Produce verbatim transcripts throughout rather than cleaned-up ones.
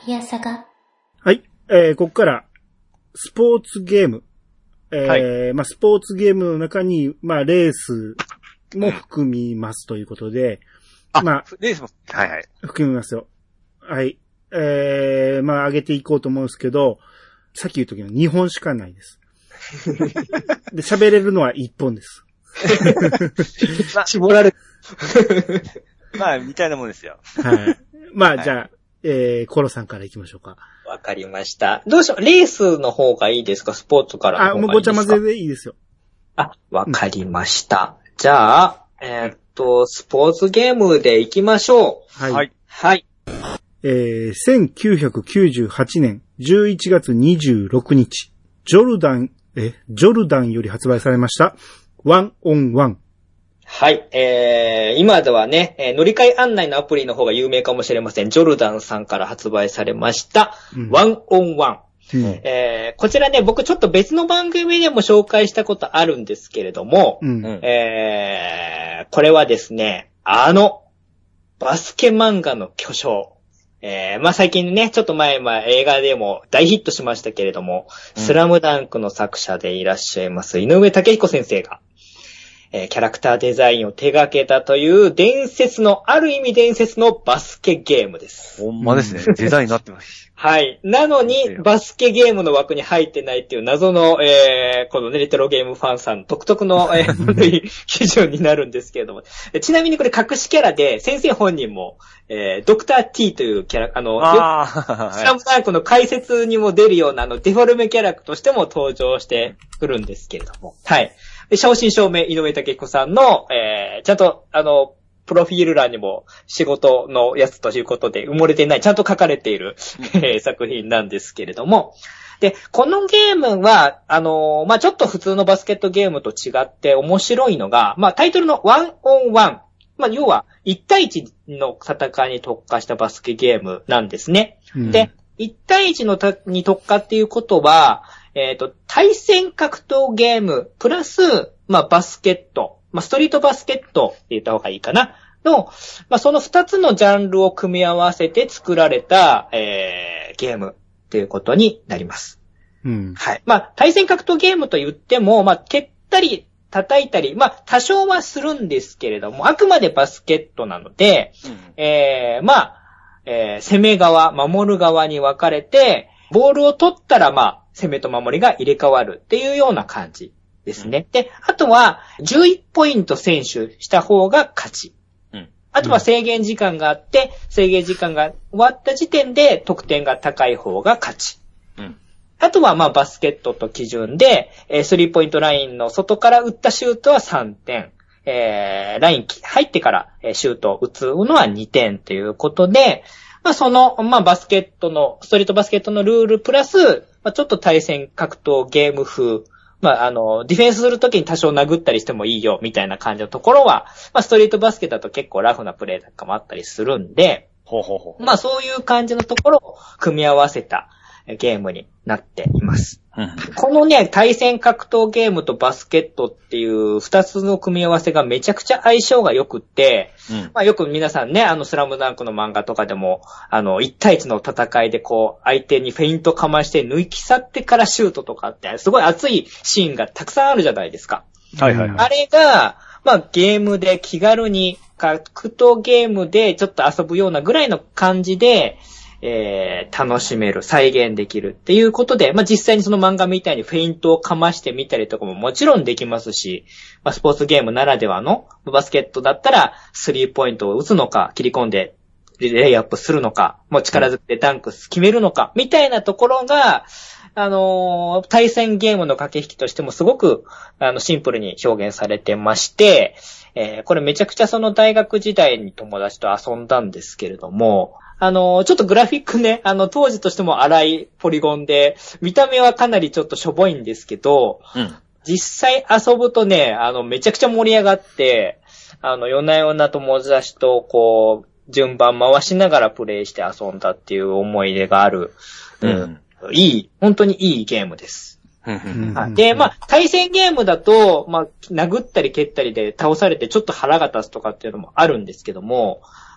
いやさが。 はい。えー、ここから、スポーツゲーム。えー、はい、まあ、スポーツゲームの中に、まあ、レースも含みますということで。 あ、まあ、レースも、はいはい。 含みますよ。はい。えー、まあ、上げていこうと思うんですけど、さっき言うときのにほんしかないです。で、喋れるのはいっぽんです。 まあ、絞られまあ、みたいなもんですよ。 はい。まあ、はい、じゃあ、えー、コロさんから行きましょうか。 わかりました。どうしよう。レースの方がいいですか？スポーツからの方がいいですか？ あ、もうごちゃ混ぜでいいですよ。 あ、わかりました。うん、じゃあ、えー、っと、スポーツゲームで行きましょう。 はい。 はい。 えー、せんきゅうひゃくきゅうじゅうはちねんじゅういちがつにじゅうろくにち、ジョルダン、え、ジョルダンより発売されました、ワンオンワン。 はい。えー、今ではね、えー、乗り換え案内のアプリの方が有名かもしれません。ジョルダンさんから発売されました、うん、ワンオンワン。うん、えー、こちらね、僕ちょっと別の番組でも紹介したことあるんですけれども、うん、えー、これはですね、あの、バスケ漫画の巨匠、えー、まあ、最近ね、ちょっと前、まあ、映画でも大ヒットしましたけれども、うん、スラムダンクの作者でいらっしゃいます、井上武彦先生が、えー、キャラクターデザインを手掛けたという伝説の、ある意味伝説のバスケゲームです。 ほんまですね。デザインになってます。 はい。なのに、バスケゲームの枠に入ってないっていう謎の、えー、このね、レトロゲームファンさん独特の、えー、基準になるんですけれども。ちなみにこれ隠しキャラで、先生本人も、えー、ドクター T というキャラ、あの、 あスラムダンクの解説にも出るような、あの、デフォルメキャラとしても登場してくるんですけれども。はい。正真正銘、井上武彦さんの、えー、ちゃんと、あの、プロフィール欄にも仕事のやつということで埋もれてない、ちゃんと書かれている、うん、作品なんですけれども。で、このゲームは、あの、まあ、ちょっと普通のバスケットゲームと違って面白いのが、まあ、タイトルのワンオンワン。まあ、要は、いち対いちの戦いに特化したバスケゲームなんですね。うん、で、いち対いちのたに特化っていうことは、えっと、対戦格闘ゲーム、プラス、まあ、バスケット。まあ、ストリートバスケットって言った方がいいかな。の、まあ、その二つのジャンルを組み合わせて作られた、えー、ゲームっていうことになります。 うん。はい。 まあ、対戦格闘ゲームと言っても、まあ、蹴ったり、叩いたり、まあ、多少はするんですけれども、あくまでバスケットなので、うん、えー、まあ、えー、攻め側、守る側に分かれて、ボールを取ったら、まあ、攻めと守りが入れ替わるっていうような感じですね。うん、で、あとは、じゅういちポイント先取した方が勝ち。うん、あとは制限時間があって、制限時間が終わった時点で得点が高い方が勝ち。うん、あとは、まあ、バスケットと基準で、えー、スリーポイントラインの外から打ったシュートはさんてん。えー、ライン入ってからシュートを打つのはにてんということで、まあ、その、まあ、バスケットの、ストリートバスケットのルールプラス、まあ、ちょっと対戦格闘ゲーム風、まあ、あの、ディフェンスするときに多少殴ったりしてもいいよ、みたいな感じのところは、まあ、ストリートバスケだと結構ラフなプレーとかもあったりするんで、 ほうほうほう。 まあ、そういう感じのところを組み合わせたゲームになっています。うん、このね、対戦格闘ゲームとバスケットっていう二つの組み合わせがめちゃくちゃ相性が良くって、うん、まあよく皆さんね、あのスラムダンクの漫画とかでも、あの一対一の戦いでこう相手にフェイントかまして抜き去ってからシュートとかってすごい熱いシーンがたくさんあるじゃないですか。 はいはいはい。 あれが、まあゲームで気軽に格闘ゲームでちょっと遊ぶようなぐらいの感じで、えー、楽しめる、再現できるっていうことで、まあ、実際にその漫画みたいにフェイントをかましてみたりとかももちろんできますし、まあ、スポーツゲームならではのバスケットだったらスリーポイントを打つのか、切り込んでレイアップするのか、もう力ずくでダンク決めるのか、みたいなところが、あのー、対戦ゲームの駆け引きとしてもすごく、あの、シンプルに表現されてまして、えー、これめちゃくちゃその大学時代に友達と遊んだんですけれども、あの、ちょっとグラフィックね、あの、当時としても荒いポリゴンで、見た目はかなりちょっとしょぼいんですけど、うん、実際遊ぶとね、あの、めちゃくちゃ盛り上がって、あの、夜な夜な友達とこう、順番回しながらプレイして遊んだっていう思い出がある、うん、いい、本当にいいゲームです。で、まあ、対戦ゲームだと、まあ、殴ったり蹴ったりで倒されてちょっと腹が立つとかっていうのもあるんですけども、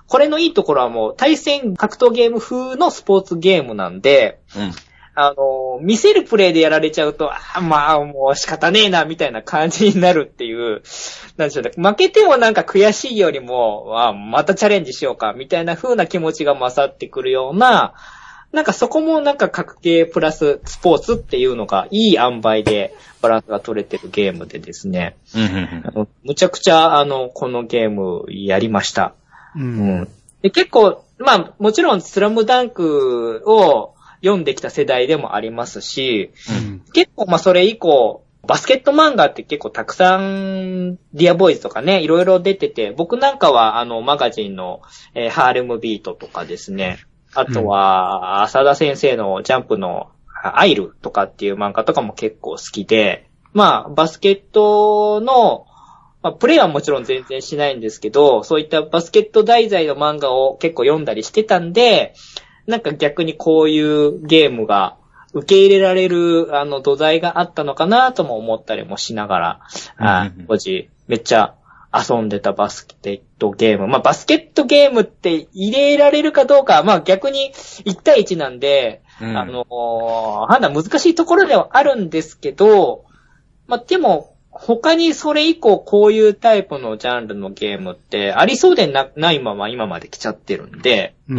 これのいいところはもう対戦格闘ゲーム風のスポーツゲームなんで、うん、あの、見せるプレイでやられちゃうと、あまあもう仕方ねえなみたいな感じになるっていう、なんでしょうね。負けてもなんか悔しいよりも、あまたチャレンジしようかみたいな風な気持ちが勝ってくるような、なんかそこもなんか格ゲープラススポーツっていうのがいい塩梅でバランスが取れてるゲームでですね。うんうんうん、あのむちゃくちゃあの、このゲームやりました。うんうん、で結構、まあもちろんスラムダンクを読んできた世代でもありますし、うん、結構まあそれ以降、バスケット漫画って結構たくさん、ディアボーイズとかね、いろいろ出てて、僕なんかはあのマガジンの、えー、ハーレムビートとかですね、あとは、浅田先生のジャンプのアイルとかっていう漫画とかも結構好きで、まあ、バスケットの、まあ、プレイはもちろん全然しないんですけど、そういったバスケット題材の漫画を結構読んだりしてたんで、なんか逆にこういうゲームが受け入れられる、あの、土台があったのかなとも思ったりもしながら、うんうんうん、当時、めっちゃ、遊んでたバスケットゲーム。まあ、バスケットゲームって入れられるかどうか、まあ逆にいち対いちなんで、うん、あのー、判断難しいところではあるんですけど、まあでも、他にそれ以降こういうタイプのジャンルのゲームってありそうで な, ないまま今まで来ちゃってるんで、うん、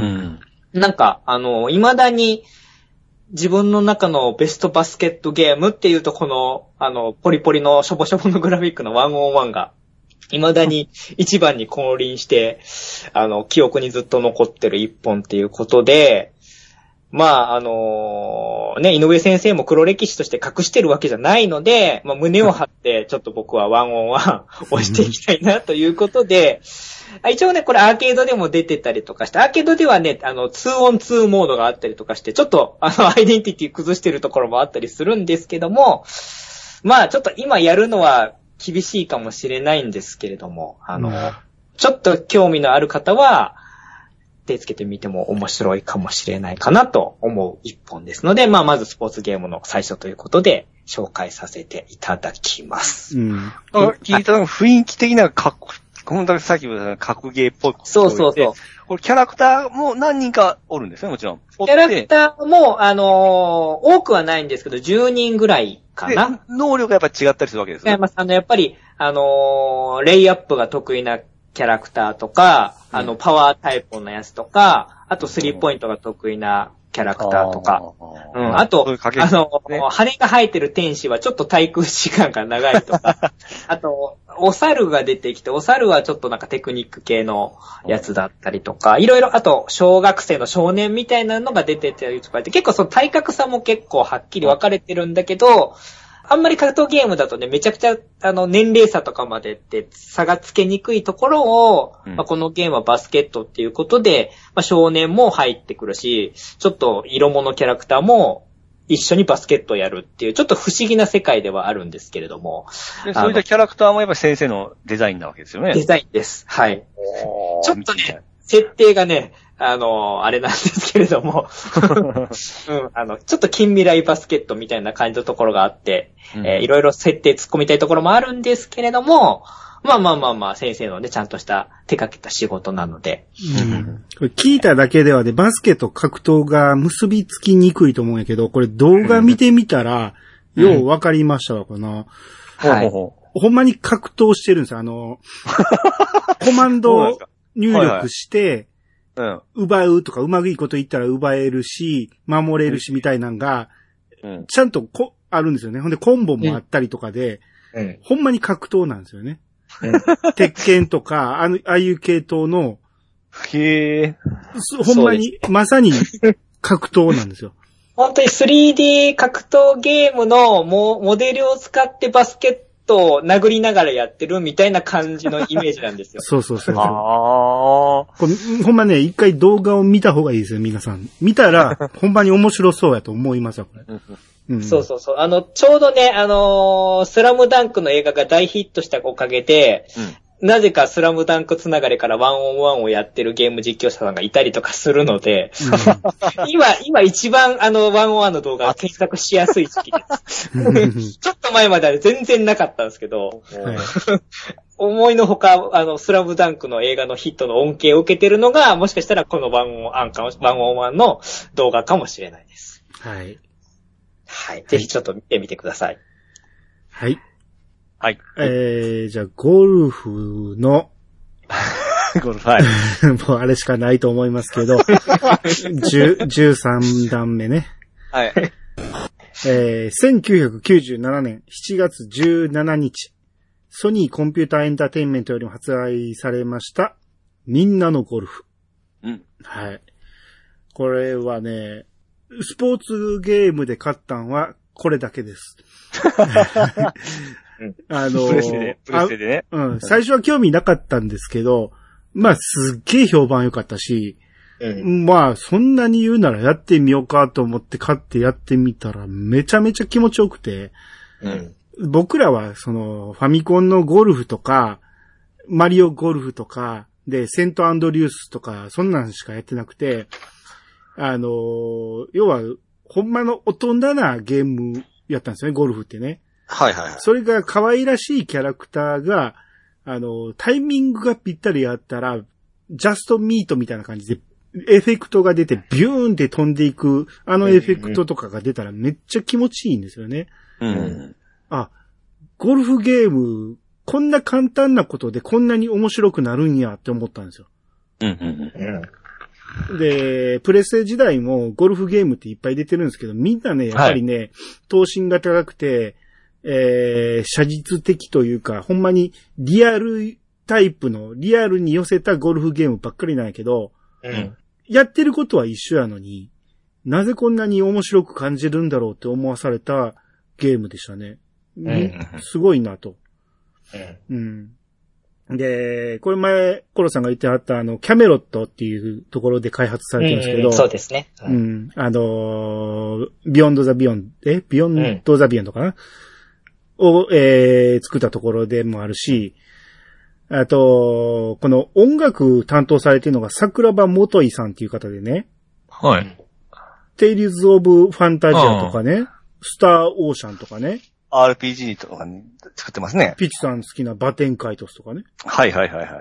なんか、あのー、未だに自分の中のベストバスケットゲームっていうとこの、あの、ポリポリのしょぼしょぼのグラフィックのワンオンワンが、未だに一番に降臨して、あの、記憶にずっと残ってる一本っていうことで、まあ、あのー、ね、井上先生も黒歴史として隠してるわけじゃないので、まあ、胸を張って、ちょっと僕はワンオンワン押していきたいなということで、一応ね、これアーケードでも出てたりとかして、アーケードではね、あの、ツーオンツーモードがあったりとかして、ちょっと、あの、アイデンティティ崩してるところもあったりするんですけども、まあ、ちょっと今やるのは、厳しいかもしれないんですけれども、あの、うん、ちょっと興味のある方は、手つけてみても面白いかもしれないかなと思う一本ですので、まあ、まずスポーツゲームの最初ということで、紹介させていただきます。 うん。聞いた雰囲気的な格好、このだけさっき言った格ゲーっぽい。 そうそうそう。 これキャラクターも何人かおるんですね、もちろん。 キャラクターも、あのー、多くはないんですけど、じゅうにんぐらいかな。 能力がやっぱり違ったりするわけですね。 あの、やっぱり、あのー、レイアップが得意なキャラクターとか、うん、あの、パワータイプのやつとか、あとスリーポイントが得意なキャラクターとか、うん、あと、ううね、あの、羽が生えてる天使はちょっと滞空時間が長いとか、あと、お猿が出てきて、お猿はちょっとなんかテクニック系のやつだったりとか、いろいろ、あと、小学生の少年みたいなのが出てたりとかって、結構その体格差も結構はっきり分かれてるんだけど、あんまり格闘ゲームだとね、めちゃくちゃ、あの、年齢差とかまでって差がつけにくいところを、うん、まあ、このゲームはバスケットっていうことで、まあ、少年も入ってくるし、ちょっと色物キャラクターも一緒にバスケットをやるっていう、ちょっと不思議な世界ではあるんですけれども。 でそういったキャラクターもやっぱり先生のデザインなわけですよね。 デザインです。はい。ちょっとね、設定がね、あの、あれなんですけれども、うん、あの、ちょっと近未来バスケットみたいな感じのところがあって、うん、えー、いろいろ設定突っ込みたいところもあるんですけれども、まあまあまあまあ、先生のね、ちゃんとした手掛けた仕事なので。 うん、これ聞いただけではね、バスケと格闘が結びつきにくいと思うんやけど、これ動画見てみたら、うん、ようわかりましたわ、この。はい。ほんまに格闘してるんですよ。あの、コマンドを入力して、はいはいうん、奪うとか、うまくいいこと言ったら奪えるし、守れるしみたいなのが、うん、ちゃんとこあるんですよね。ほんでコンボもあったりとかで、うん、ほんまに格闘なんですよね。うん、鉄拳とか、あの、ああいう系統の、 へーほんまに、まさに格闘なんですよ。 本当に スリーディー 格闘ゲームのモ、モデルを使ってバスケットを殴りながらやってるみたいな感じのイメージなんですよ。 そうそうそうそう。あこれほんまね、一回動画を見た方がいいですよ、皆さん。見たら、ほんまに面白そうやと思いますよ、これ。 うん、そうそうそう。あの、ちょうどね、あのー、スラムダンクの映画が大ヒットしたおかげで、うん、なぜかスラムダンクつながりからワンオンワンをやってるゲーム実況者さんがいたりとかするので、うん、今、今一番あのワンオンワンの動画を検索しやすい時期です。ちょっと前までは全然なかったんですけど、はい、 思いのほか、あの、スラムダンクの映画のヒットの恩恵を受けてるのが、もしかしたらこのワンオンアンかも、ワンオンワンの動画かもしれないです。 はい。 はい。ぜひちょっと見てみてください。 はい。 はい。 えー、じゃあ、ゴルフの、 ゴルフ、はい。 もうあれしかないと思いますけど、じゅう、じゅうさんだんめね。 はい。 えー、せんきゅうひゃくきゅうじゅうななねんしちがつじゅうしちにち、ソニーコンピューターエンターテインメントよりも発売されました、みんなのゴルフ。 うん。 はい。これはね、スポーツゲームで買ったんはこれだけです。あのー、 プレステで、プレステでね。 うん。最初は興味なかったんですけど、まあ、すっげえ評判良かったし、うん、まあ、そんなに言うならやってみようかと思って買ってやってみたらめちゃめちゃ気持ちよくて、うん、僕らはそのファミコンのゴルフとか、マリオゴルフとか、で、セントアンドリュースとか、そんなんしかやってなくて、あの、要は、ほんまの大人なゲームやったんですよね、ゴルフってね。 はいはいはい。 それが可愛らしいキャラクターが、あの、タイミングがぴったりあったら、ジャストミートみたいな感じで、エフェクトが出てビューンって飛んでいく、あのエフェクトとかが出たらめっちゃ気持ちいいんですよね。 うん。 あ、ゴルフゲーム、こんな簡単なことでこんなに面白くなるんやって思ったんですよ。 うんうんうん。で、プレステ時代もゴルフゲームっていっぱい出てるんですけど、みんなね、やっぱりね、はい、等身が高くて、えー、写実的というか、ほんまにリアルタイプの、リアルに寄せたゴルフゲームばっかりなんやけど、うん、やってることは一緒やのに、なぜこんなに面白く感じるんだろうって思わされたゲームでしたね。うん、すごいなと、うんうん。で、これ前、コロさんが言ってはったあの、キャメロットっていうところで開発されてるんですけど、うん、 そうですね。 うん。あのー、ビヨンドザビヨン、えビヨンドザビヨンとかな、うん、を、えー、作ったところでもあるし、あと、この音楽担当されてるのが桜庭元井さんっていう方でね。 はい。 テイリーズ・オブ・ファンタジアとかね。スター・オーシャンとかね。 アールピージー とか作ってますね。 ピッチさん好きなバテンカイトスとかね。 はいはいはいはい。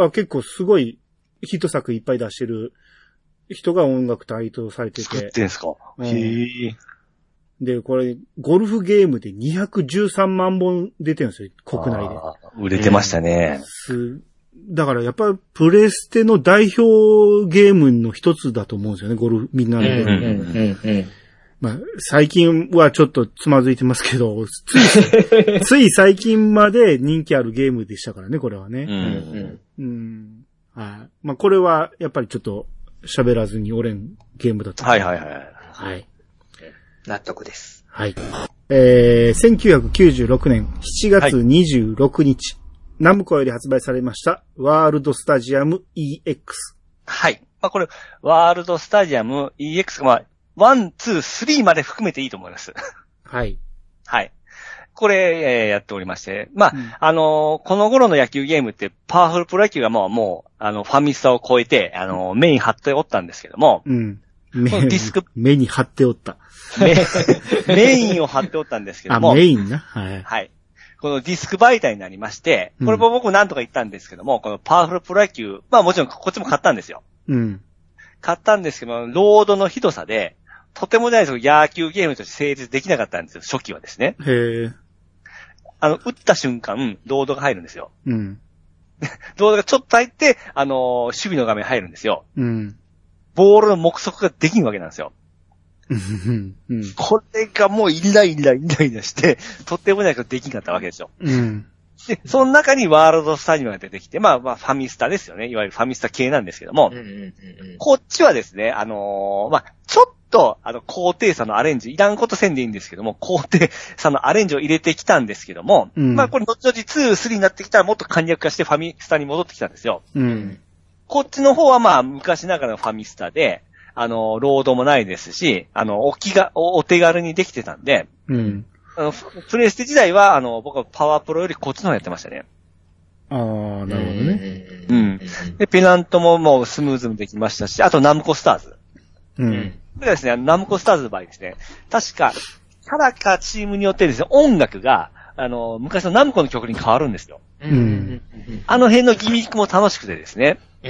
あ、結構すごいヒット作いっぱい出してる人が音楽担当されてて。 作ってんすか、うん、へー。 で、これ、ゴルフゲームでにひゃくじゅうさんまんぼん出てるんですよ、国内で。 売れてましたね。 すだからやっぱりプレステの代表ゲームの一つだと思うんですよね、ゴルフ、みんなのゴルフ。うんうんうんうん、まあ、最近はちょっとつまずいてますけど、つい、つい最近まで人気あるゲームでしたからね、これはね。うんうんうん、はい。まあ、これはやっぱりちょっと喋らずにおれんゲームだと。 はいはいはい。 はい。 納得です。 はい。えー、せんきゅうひゃくきゅうじゅうろくねんしちがつにじゅうろくにち、はい、ナムコより発売されましたワールドスタジアム イーエックス。 はい。まあ、これ、ワールドスタジアム イーエックス が、まあ、ワン、ツー、スリーまで含めていいと思います。 はい。 はい。これ、えー、やっておりまして。まあ、うん、あのー、この頃の野球ゲームってパワフルプロ野球がもう、もう、あの、ファミスタを超えて、あのー、メイン張っておったんですけども。 うん。 目ディスク。 目に貼っておった。 メ, メインを貼っておったんですけども。 あ、メインな。はい。 はい。このディスク媒体になりまして、これも僕何とか言ったんですけども、うん、このパワフルプロ野球、まあもちろんこっちも買ったんですよ。 うん。 買ったんですけど、ロードのひどさで、とてもじゃないですけど、野球ゲームとして成立できなかったんですよ、初期はですね。 へえ。 あの、打った瞬間、ロードが入るんですよ。 うん。 ロードがちょっと入って、あのー、守備の画面入るんですよ。 うん。 ボールの目測ができんわけなんですよ。 うん、 これがもうイライライライラして、とってもないけどできんかったわけですよ。 うん、 で、その中にワールドスタジアムが出てきて、まあまあファミスタですよね。いわゆるファミスタ系なんですけども、うんうんうんうん、こっちはですね、あのー、まあちょっと、あの、高低差のアレンジ、いらんことせんでいいんですけども、高低差のアレンジを入れてきたんですけども、うん、まあこれ後々に、さんになってきたらもっと簡略化してファミスタに戻ってきたんですよ。 うんこっちの方はまあ昔ながらのファミスタで、あの、ロードもないですし、あの、お気が、お、お手軽にできてたんで、 うん。 あの、プレイステ時代は、あの、僕はパワープロよりこっちの方やってましたね。 ああ、なるほどね。 うん。で、ペナントももうスムーズにできましたし、あとナムコスターズ。 うん。 でですね、ナムコスターズの場合ですね、確か、キャラかチームによってですね、音楽が、 あの、昔のナムコの曲に変わるんですよ。 うん。 あの辺のギミックも楽しくてですね。 うん。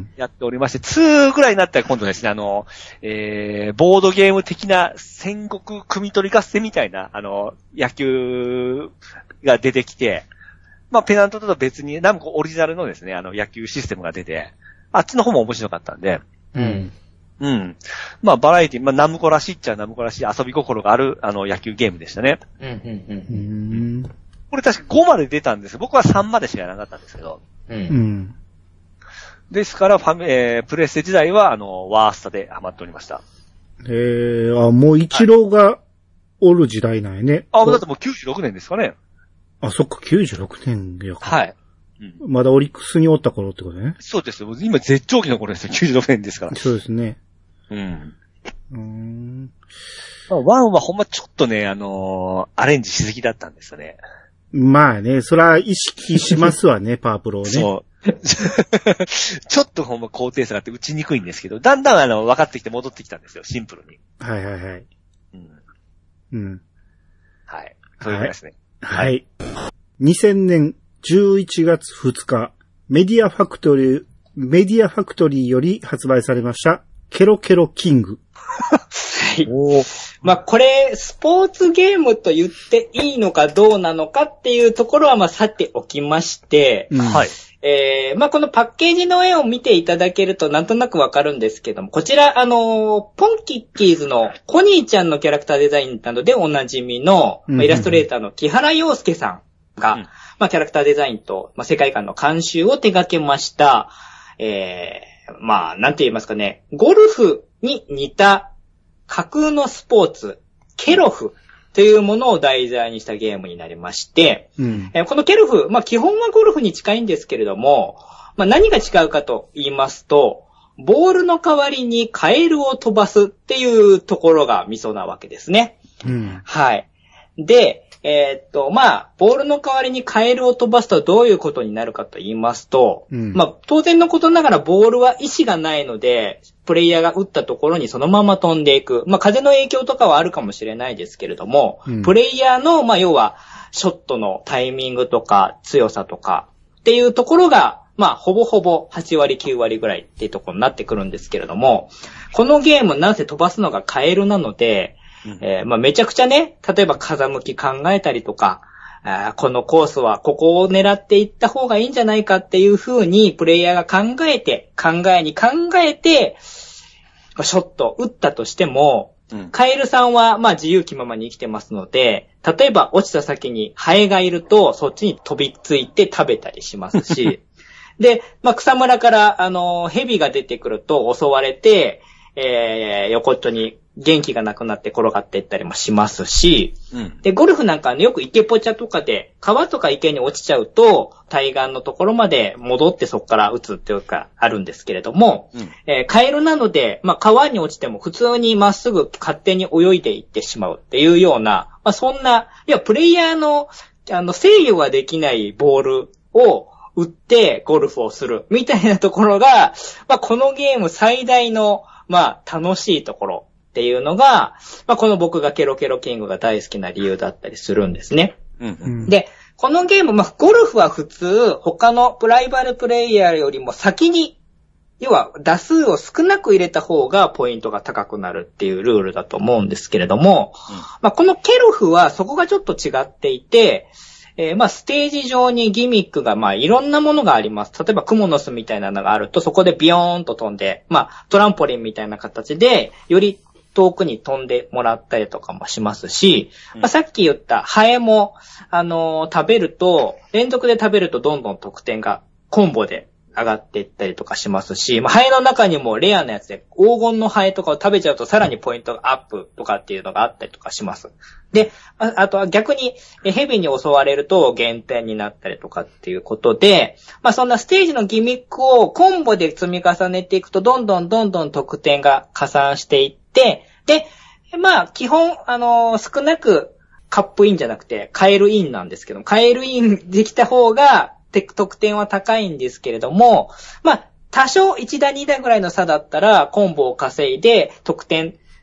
やっておりまして、にぐらいになったら今度ですね、あの、えー、ボードゲーム的な戦国組取り合戦みたいな、あの、野球が出てきて、まあ、ペナントと別にナムコオリジナルのですね、あの、野球システムが出て、あっちの方も面白かったんで、 うん。 うん。まあ、バラエティ、まあ、ナムコらしいっちゃナムコらしい遊び心がある、あの、野球ゲームでしたね。 うん、うん、うん。 うん。 これ確かごまで出たんですよ。僕はさんまでしかやらなかったんですけど。 うん。うん。 ですから、ファミ、えー、プレステ時代は、あの、ワースタでハマっておりました。 えー、あ、もうイチローがおる時代なんやね。 はい、あ、だってもうきゅうじゅうろくねんですかね。 あ、そっか、きゅうじゅうろくねんやか。 はい。 うん、まだオリックスにおった頃ってことね。 そうですよ。今絶頂期の頃ですよ。きゅうじゅうろくねんですから。 そうですね。 うん。 うーん。 まあ、ワンはほんまちょっとね、あのー、アレンジしすぎだったんですよね。 まあね、そら意識しますわね、パワープロをね。 そう。ちょっとほんま高低差があって打ちにくいんですけど、だんだんあの、分かってきて戻ってきたんですよ、シンプルに。 はいはいはい。 うん。 うん。 はい。そういうことですね。 はい。はい、にせんねんじゅういちがつふつか、メディアファクトリー、メディアファクトリーより発売されました、ケロケロキング。 はい。まあ、これ、スポーツゲームと言っていいのかどうなのかっていうところは、まあ、さておきまして、 うん、 はい。 えー、まあ、このパッケージの絵を見ていただけるとなんとなくわかるんですけども、こちら、あの、ポンキッキーズのコニーちゃんのキャラクターデザインなどでおなじみの、まあ、イラストレーターの木原洋介さんが、うん、まあ、キャラクターデザインと、まあ、世界観の監修を手掛けました、えー、まあ、なんて言いますかね、ゴルフに似た架空のスポーツ、ケロフというものを題材にしたゲームになりまして、 うんえー、このケロフ、まあ基本はゴルフに近いんですけれども、まあ何が違うかと言いますと、ボールの代わりにカエルを飛ばすっていうところがミソなわけですね。 うん、 はい。で、えー、っと、まあ、ボールの代わりにカエルを飛ばすとどういうことになるかと言いますと、 うん、 まあ、当然のことながらボールは意志がないので、プレイヤーが打ったところにそのまま飛んでいく。まあ、風の影響とかはあるかもしれないですけれども、 うん、 プレイヤーの、まあ、要は、ショットのタイミングとか強さとかっていうところが、まあ、ほぼほぼはちわりきゅうわりぐらいっていうところになってくるんですけれども、このゲームなんせ飛ばすのがカエルなので、えー、まあ、めちゃくちゃね、例えば風向き考えたりとか、あこのコースはここを狙っていった方がいいんじゃないかっていう風にプレイヤーが考えて、考えに考えて、ショット打ったとしても、うん、カエルさんはまあ自由気ままに生きてますので、例えば落ちた先にハエがいるとそっちに飛びついて食べたりしますし、で、まあ草むらからあの蛇が出てくると襲われて、えー、横っちょに元気がなくなって転がっていったりもしますし、うん、で、ゴルフなんかね、よく池ポチャとかで、川とか池に落ちちゃうと、対岸のところまで戻ってそこから打つっていうか、あるんですけれども、うん、えー、カエルなので、まあ、川に落ちても普通にまっすぐ勝手に泳いでいってしまうっていうような、まあ、そんな、いや、プレイヤーの、あの、制御ができないボールを打ってゴルフをする、みたいなところが、まあ、このゲーム最大の、まあ、楽しいところ。っていうのが、まあ、この僕がケロケロキングが大好きな理由だったりするんですね。 うんうん、 で、このゲーム、まあ、ゴルフは普通、他のプライバルプレイヤーよりも先に、要は打数を少なく入れた方がポイントが高くなるっていうルールだと思うんですけれども、うん、まあ、このケロフはそこがちょっと違っていて、えー、まあ、ステージ上にギミックが、まあ、いろんなものがあります。例えば、クモの巣みたいなのがあると、そこでビヨーンと飛んで、まあ、トランポリンみたいな形で、より遠くに飛んでもらったりとかもしますし、うんまあ、さっき言ったハエも、あのー、食べると、連続で食べるとどんどん得点がコンボで上がっていったりとかしますし、まあ、ハエの中にもレアなやつで黄金のハエとかを食べちゃうとさらにポイントがアップとかっていうのがあったりとかします。で、あ, あとは逆にヘビに襲われると減点になったりとかっていうことで、まあそんなステージのギミックをコンボで積み重ねていくとどんどんどんどん得点が加算していって、で、まあ基本あのー、少なくカップインじゃなくてカエルインなんですけど、カエルインできた方が得点は高いんですけれども、まあ、多少いちだにだぐらいの差だったら、コンボを稼いで、得点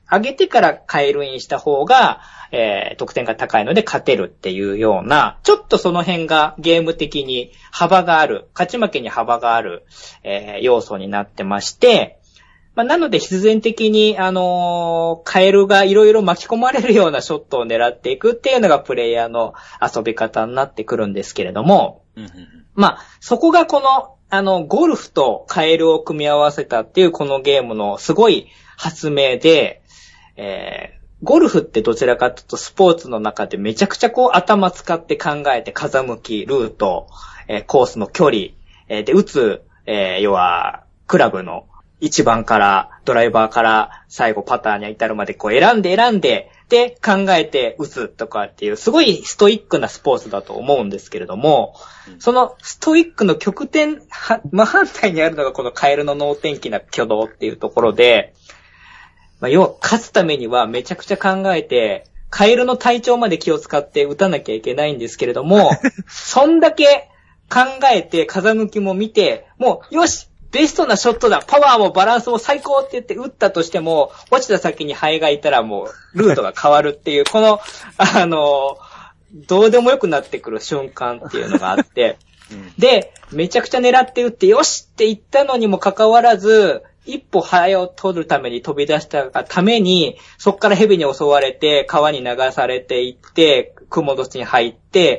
上げてからカエルインした方が、えー、得点が高いので勝てるっていうような、ちょっとその辺がゲーム的に幅がある、勝ち負けに幅がある、えー、要素になってまして、まあ、なので必然的に、あのー、カエルがいろいろ巻き込まれるようなショットを狙っていくっていうのがプレイヤーの遊び方になってくるんですけれども、うんうんうん、まあ、そこがこの、あの、ゴルフとカエルを組み合わせたっていうこのゲームのすごい発明で、えー、ゴルフってどちらかというとスポーツの中でめちゃくちゃこう頭使って考えて風向き、ルート、えー、コースの距離、えー、で、打つ、えー、要は、クラブのいちばんからドライバーから最後パターに至るまでこう選んで選んで、で考えて打つとかっていうすごいストイックなスポーツだと思うんですけれども、うん、そのストイックの極点、真反対にあるのがこのカエルの能天気な挙動っていうところで、まあ、要は勝つためにはめちゃくちゃ考えて、カエルの体調まで気を使って打たなきゃいけないんですけれども、そんだけ考えて風向きも見て、もうよしベストなショットだ、パワーもバランスも最高って言って打ったとしても、落ちた先にハエがいたらもうルートが変わるっていう、この、あの、どうでもよくなってくる瞬間っていうのがあって、うん、で、めちゃくちゃ狙って打って、よしって言ったのにもかかわらず、一歩ハエを取るために飛び出したがために、そっから蛇に襲われて、川に流されていって、雲土に入って、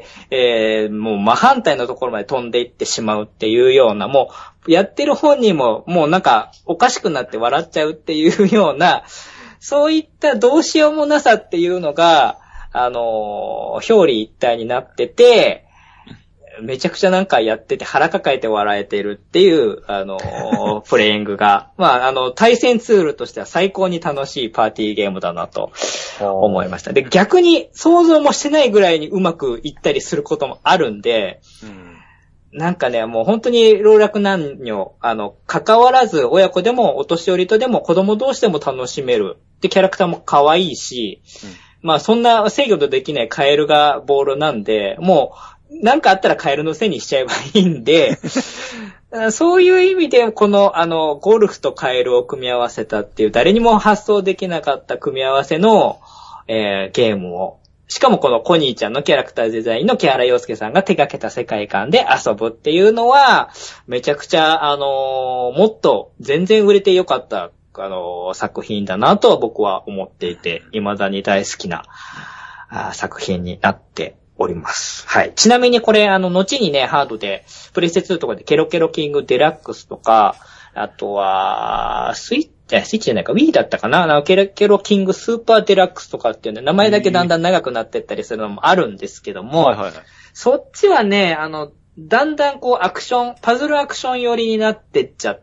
えー、もう真反対のところまで飛んでいってしまうっていうような、もう、やってる本人も、もうなんか、おかしくなって笑っちゃうっていうような、そういったどうしようもなさっていうのが、あのー、表裏一体になってて、めちゃくちゃなんかやってて腹抱えて笑えてるっていう、あのー、プレイングが、まあ、あの、対戦ツールとしては最高に楽しいパーティーゲームだなと思いました。で、逆に想像もしてないぐらいにうまくいったりすることもあるんで、うんなんかね、もう本当に老若男女、あの、関わらず親子でもお年寄りとでも子供同士でも楽しめる。で、キャラクターも可愛いし、うん、まあそんな制御のできないカエルがボールなんで、もうなんかあったらカエルのせいにしちゃえばいいんで、そういう意味でこのあの、ゴルフとカエルを組み合わせたっていう誰にも発想できなかった組み合わせの、えー、ゲームをしかもこのコニーちゃんのキャラクターデザインの木原洋介さんが手掛けた世界観で遊ぶっていうのは、めちゃくちゃ、あのー、もっと全然売れてよかった、あのー、作品だなと僕は思っていて、未だに大好きなあ作品になっております。はい。ちなみにこれ、あの、後にね、ハードで、プレステツーとかでケロケロキングデラックスとか、あとは、スイッチ、スイッチじゃないか、Wii だったかなあの、ケロケロキングスーパーデラックスとかっていうね、名前だけだんだん長くなってったりするのもあるんですけども、はいはいはい、そっちはね、あの、だんだんこうアクション、パズルアクション寄りになってっちゃって、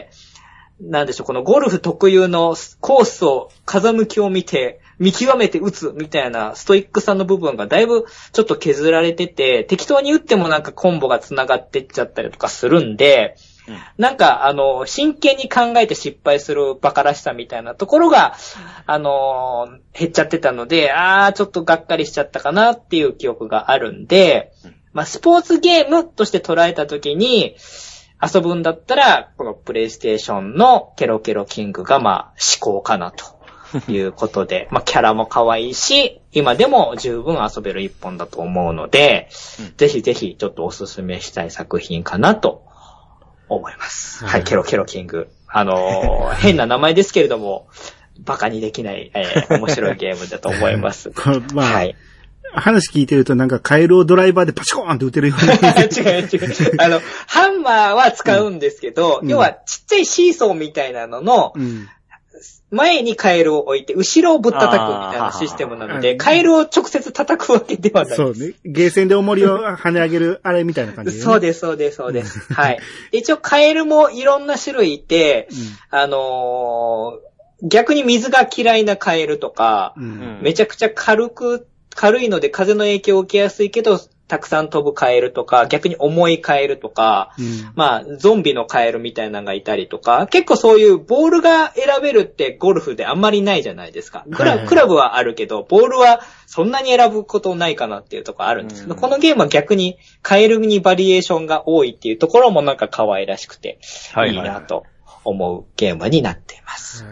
なんでしょう、このゴルフ特有のコースを、風向きを見て、見極めて打つみたいなストイックさの部分がだいぶちょっと削られてて、適当に打ってもなんかコンボが繋がってっちゃったりとかするんで、うん、なんかあの、真剣に考えて失敗するバカらしさみたいなところが、あの、減っちゃってたので、あーちょっとがっかりしちゃったかなっていう記憶があるんで、まあスポーツゲームとして捉えたときに、遊ぶんだったら、このプレイステーションのケロケロキングがまあ至高かなと。いうことで、まあ、キャラも可愛いし、今でも十分遊べる一本だと思うので、うん、ぜひぜひちょっとおすすめしたい作品かなと思います。はい、はい、ケロケロキング。あのー、変な名前ですけれども、バカにできない、えー、面白いゲームだと思います。 まあ、はい。話聞いてるとなんかカエルをドライバーでパチコーンって打てるような。 違う違う。あの、ハンマーは使うんですけど、うん、要はちっちゃいシーソーみたいなのの、うん前にカエルを置いて、後ろをぶったたくみたいなシステムなので、カエルを直接叩くわけではないです。 そうね。ゲーセンで重りを跳ね上げる、あれみたいな感じで、ね。 そうです、そうです、そうです。はい。一応カエルもいろんな種類いて、うん、あのー、逆に水が嫌いなカエルとか、うん、めちゃくちゃ軽く、軽いので風の影響を受けやすいけど、たくさん飛ぶカエルとか、逆に重いカエルとか、うん、まあ、ゾンビのカエルみたいなのがいたりとか、結構そういうボールが選べるってゴルフであんまりないじゃないですか。クラ、はいはい、クラブはあるけど、ボールはそんなに選ぶことないかなっていうところあるんですけど、うん、このゲームは逆にカエルにバリエーションが多いっていうところもなんか可愛らしくて、はいはいはい、いいなと思うゲームになっています。 うん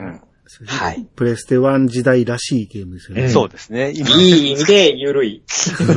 はい。 プレステワン時代らしいゲームですよね。 うん、そうですね。 いい意味で緩い。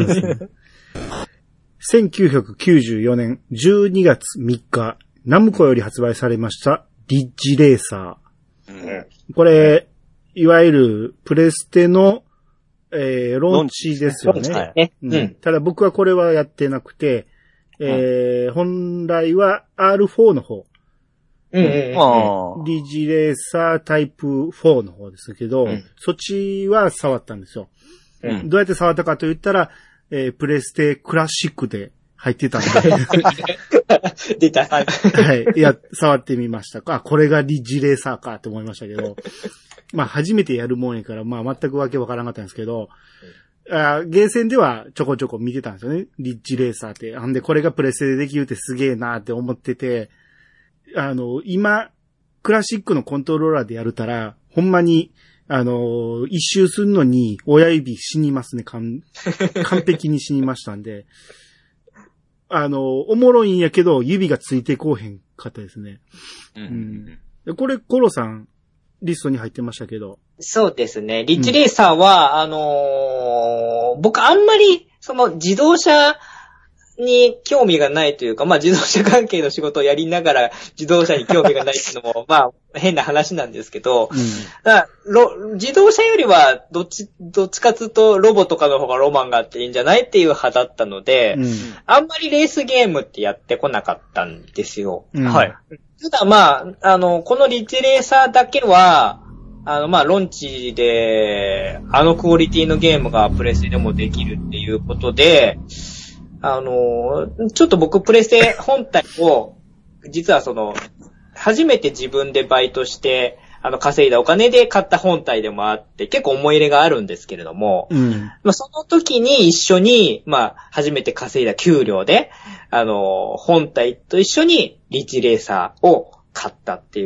せんきゅうひゃくきゅうじゅうよねんじゅうにがつみっか、ナムコより発売されました、リッジレーサー。うん、これ、いわゆるプレステの、えー、ローンチですよね。ねうんうん、ただ僕はこれはやってなくて、えーうん、本来は アールフォー の方。 うんうんうん、 リッジレーサータイプフォーの方ですけど、うん、そっちは触ったんですよ。うん、どうやって触ったかと言ったら、えー、プレステクラシックで入ってたんで。 出た。 はい。いや、触ってみましたか。これがリッジレーサーかって思いましたけど。まあ、初めてやるもんやから、まあ、全くわけわからなかったんですけど、うん、あゲーセンではちょこちょこ見てたんですよね。リッジレーサーって。なんで、これがプレステでできるってすげえなって思ってて、あの、今、クラシックのコントローラーでやるたら、ほんまに、あの、一周するのに親指死にますね。完璧に死にましたんで。あの、おもろいんやけど、指がついてこうへんかったですね。うん。うん、これ、コロさん、リストに入ってましたけど。 そうですね。リッチレーサーは、うん、あのー、僕あんまり、その自動車に興味がないというか、まあ自動車関係の仕事をやりながら自動車に興味がないっていうのも、まあ変な話なんですけど、うん、だロ自動車よりはどっち、どっちかつうとロボとかの方がロマンがあっていいんじゃないっていう派だったので、うん、あんまりレースゲームってやってこなかったんですよ。 うん、はい。 ただまあ、あの、このリッチレーサーだけは、あのまあ、ロンチで、あのクオリティのゲームがプレステでもできるっていうことで、あの、ちょっと僕プレステ本体を、実はその、初めて自分でバイトして、あの、稼いだお金で買った本体でもあって、結構思い入れがあるんですけれども、うん、まあ、その時に一緒に、まあ、初めて稼いだ給料で、あの、本体と一緒にリッチレーサーを買ったっていう、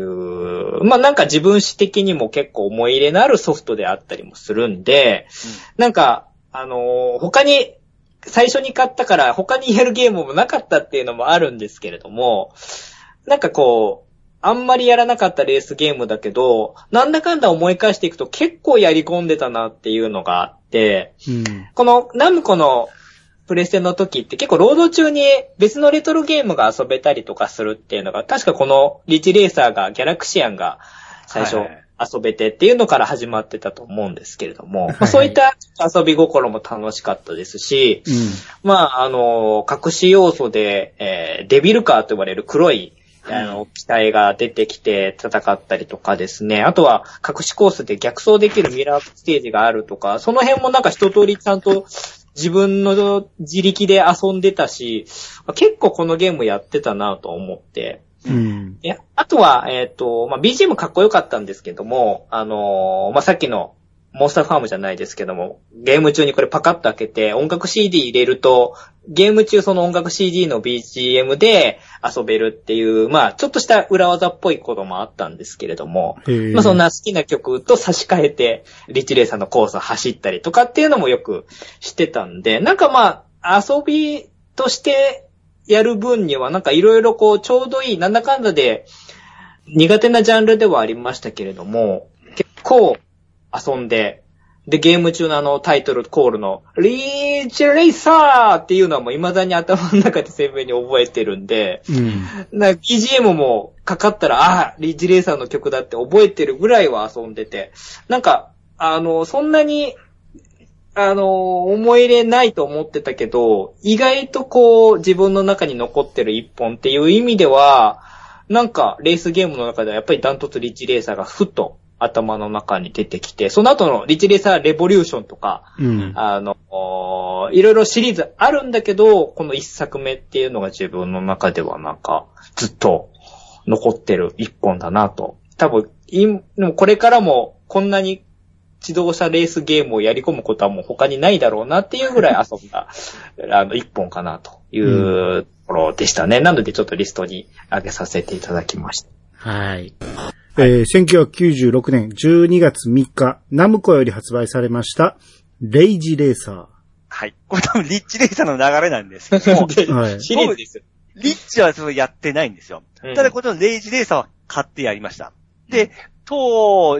まあ、なんか自分史的にも結構思い入れのあるソフトであったりもするんで、うん、なんか、あの、他に、最初に買ったから他にやるゲームもなかったっていうのもあるんですけれども、なんかこう、あんまりやらなかったレースゲームだけど、なんだかんだ思い返していくと結構やり込んでたなっていうのがあって、うん、このナムコのプレステの時って結構労働中に別のレトロゲームが遊べたりとかするっていうのが、確かこのリッチレーサーがギャラクシアンが最初、はいはい遊べてっていうのから始まってたと思うんですけれども、はいまあ、そういった遊び心も楽しかったですし、うん、まあ、あの、隠し要素で、えー、デビルカーと呼ばれる黒い、あの、機体が出てきて戦ったりとかですね、あとは隠しコースで逆走できるミラーステージがあるとか、その辺もなんか一通りちゃんと自分の自力で遊んでたし、結構このゲームやってたなと思って、うん、いやあとは、えっと、まあ、ビージーエム かっこよかったんですけども、あのー、まあ、さっきのモンスターファームじゃないですけども、ゲーム中にこれパカッと開けて音楽 シーディー 入れると、ゲーム中その音楽 シーディー の ビージーエム で遊べるっていう、まあ、ちょっとした裏技っぽいこともあったんですけれども、まあ、そんな好きな曲と差し替えて、リッチレーサーのコースを走ったりとかっていうのもよくしてたんで、なんかまあ、遊びとして、やる分にはなんかいろいろこうちょうどいいなんだかんだで苦手なジャンルではありましたけれども結構遊んででゲーム中のあのタイトルコールのリーチレイサーっていうのはもう未だに頭の中で鮮明に覚えてるんで、うん、な ビージーエム もかかったらあリーチレイサーの曲だって覚えてるぐらいは遊んでてなんかあのそんなにあの、思い入れないと思ってたけど、意外とこう、自分の中に残ってる一本っていう意味では、なんか、レースゲームの中ではやっぱりダントツリッチレーサーがふっと頭の中に出てきて、その後のリッチレーサーレボリューションとか、うん、あの、いろいろシリーズあるんだけど、この一作目っていうのが自分の中ではなんか、ずっと残ってる一本だなと。多分、これからもこんなに自動車レースゲームをやり込むことはもう他にないだろうなっていうぐらい遊んだ、あの、一本かなというところでしたね。うん、なのでちょっとリストに上げさせていただきました。 はい。えー、せんきゅうひゃくきゅうじゅうろくねんじゅうにがつみっか、ナムコより発売されました、レイジレーサー。 はい。これ多分リッチレーサーの流れなんですけども、 はい、シリーズです。 リッチはそれやってないんですよ。うん、ただこのレイジレーサーは買ってやりました。で、当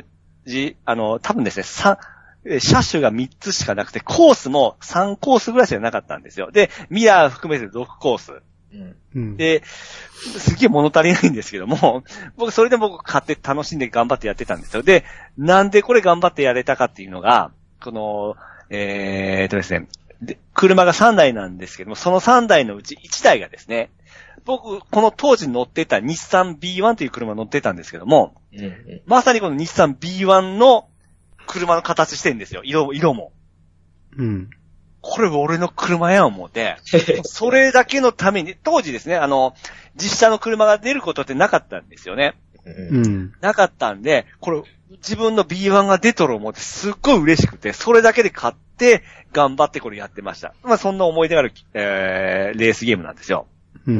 じ、あの、多分ですね、さん、車種がみっつしかなくて、コースもさんコースぐらいしかなかったんですよ。で、ミラー含めてろくコース。うん、で、すげえ物足りないんですけども、僕、それで僕買って楽しんで頑張ってやってたんですよ。で、なんでこれ頑張ってやれたかっていうのが、この、えーっとですね、で車がさんだいなんですけども、そのさんだいのうちいちだいがですね、僕、この当時乗ってた日産 ビーワン という車乗ってたんですけども、うんうん、まさにこの日産 ビーワン の車の形してるんですよ。色、色も。うん。これ俺の車や思うて、それだけのために、当時ですね、あの、実車の車が出ることってなかったんですよね。うん。なかったんで、これ、自分の ビーワン が出とる思ってすっごい嬉しくて、それだけで買って、頑張ってこれやってました。まあそんな思い出がある、えー、レースゲームなんですよ。うん。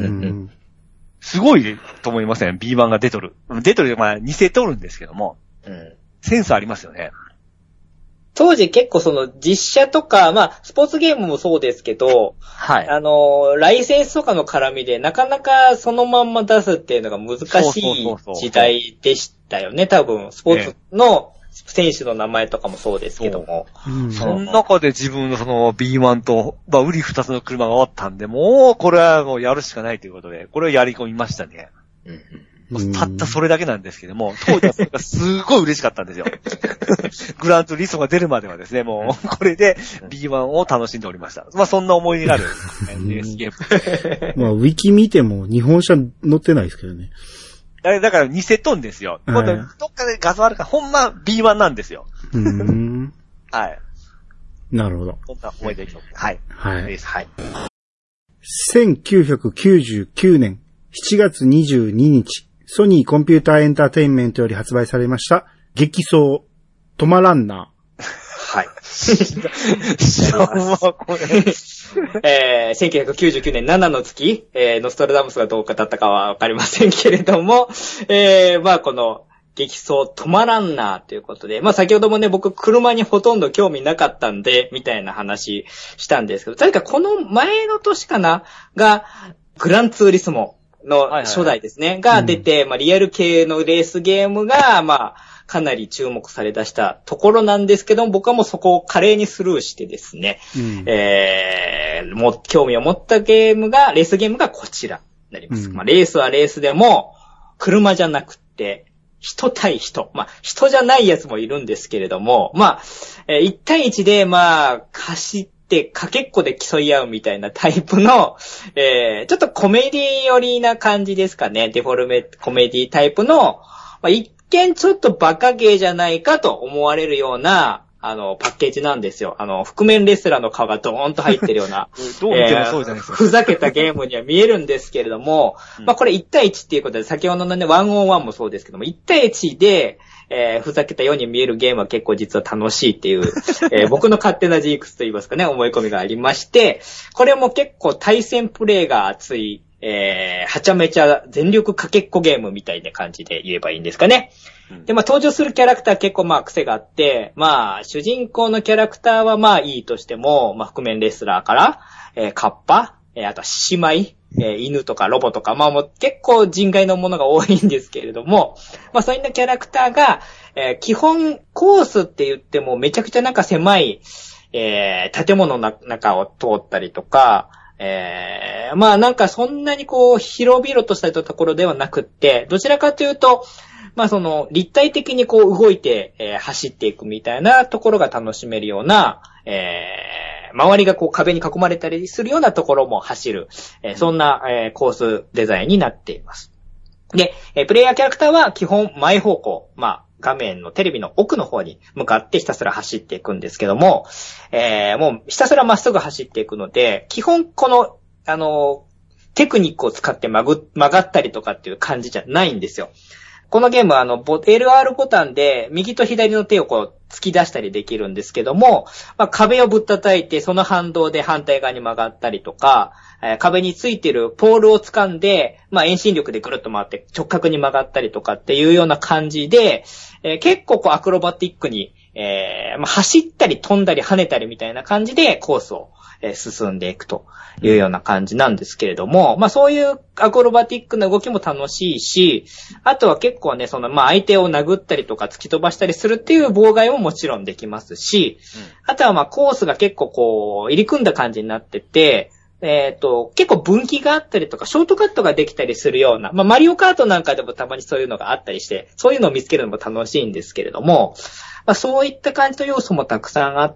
すごいと思いますね、ビーワン が出とる。出とる、まあ似せとるんですけども、うん、センスありますよね。 当時結構その実写とか、まあスポーツゲームもそうですけど、はい。あの、ライセンスとかの絡みでなかなかそのまんま出すっていうのが難しい時代でしたよね、多分。スポーツの選手の名前とかもそうですけども。 そ, うん、その中で自分のその ビーワン と、まあ売り二つの車があったんで、もうこれはもうやるしかないということで、これをやり込みましたね。うんたったそれだけなんですけども、当時はそれがすごい嬉しかったんですよ。グランツーリスモが出るまではですね、もうこれで ビーワン を楽しんでおりました。まあそんな思い出があるレースゲーム。まあウィキ見ても日本車載ってないですけどね。 だから似せとんですよ。今度どっかで画像あるから、ほんま ビーワン なんですよ。うーんはい。 なるほど。 そんな思い出がはい。はい。はい。 せんきゅうひゃくきゅうじゅうきゅうねんしちがつにじゅうににち、ソニーコンピューターエンターテインメントより発売されました、激走、トマランナー。 はい。知らんわ、これ。えー、せんきゅうひゃくきゅうじゅうきゅうねんしちの月、えー、ノストラダムスがどう語ったかはわかりませんけれども、えー、まあこの、激走トマランナーということで、まあ先ほどもね、僕車にほとんど興味なかったんで、みたいな話したんですけど、確かこの前の年かなが、グランツーリスモの初代ですね、はいはいはい、が出て、うん、まあリアル系のレースゲームが、まあ、かなり注目され出したところなんですけども、僕はもうそこを華麗にスルーしてですね、うん、えー、も興味を持ったゲームが、レースゲームがこちらになります。うん、まあ、レースはレースでも、車じゃなくって、人対人。まあ、人じゃないやつもいるんですけれども、まあ、えー、いち対いちで、まあ、走って、かけっこで競い合うみたいなタイプの、えー、ちょっとコメディ寄りな感じですかね。デフォルメコメディタイプの、まあ、一見ちょっとバカゲーじゃないかと思われるような、あの、パッケージなんですよ。あの、覆面レスラーの顔がドーンと入ってるような、 どう見てもそうじゃないですか、 えー。ふざけたゲームには見えるんですけれども、うん、まあこれいち対いちっていうことで、先ほどのね、ワンオンワンもそうですけども、いち対いちで、えー、ふざけたように見えるゲームは結構実は楽しいっていう、えー、僕の勝手なジークスと言いますかね、思い込みがありまして、これも結構対戦プレイが熱い、えー、はちゃめちゃ全力かけっこゲームみたいな感じで言えばいいんですかね。うん、で、まあ登場するキャラクター結構まあ癖があって、まあ主人公のキャラクターはまあいいとしても、まあ覆面レスラーから、えー、カッパ、えー、あとは獅子舞、えー、犬とかロボとか、まあもう結構人外のものが多いんですけれども、まあそういったキャラクターが、えー、基本コースって言ってもめちゃくちゃなんか狭い、えー、建物の中を通ったりとか、えー、まあなんかそんなにこう広々としたところではなくって、どちらかというと、まあその立体的にこう動いて、えー、走っていくみたいなところが楽しめるような、えー、周りがこう壁に囲まれたりするようなところも走る、えー、そんな、えー、コースデザインになっています。で、えー、プレイヤーキャラクターは基本前方向、まあ画面のテレビの奥の方に向かってひたすら走っていくんですけども、えー、もうひたすらまっすぐ走っていくので、基本この、あの、テクニックを使って曲ぐ、曲がったりとかっていう感じじゃないんですよ。このゲームはあの、エルアール ボタンで右と左の手をこう突き出したりできるんですけども、まあ、壁をぶったたいてその反動で反対側に曲がったりとか、えー、壁についてるポールを掴んで、まあ、遠心力でぐるっと回って直角に曲がったりとかっていうような感じで、えー、結構こうアクロバティックに、えーまあ、走ったり飛んだり跳ねたりみたいな感じでコースを、 えー、進んでいくというような感じなんですけれども、まあそういうアクロバティックな動きも楽しいし、あとは結構ね、そのまあ相手を殴ったりとか突き飛ばしたりするっていう妨害ももちろんできますし、うん、あとはまあコースが結構こう入り組んだ感じになってて、えっと、結構分岐があったりとか、ショートカットができたりするような、まあ、マリオカートなんかでもたまにそういうのがあったりして、そういうのを見つけるのも楽しいんですけれども、まあ、そういった感じの要素もたくさんあって、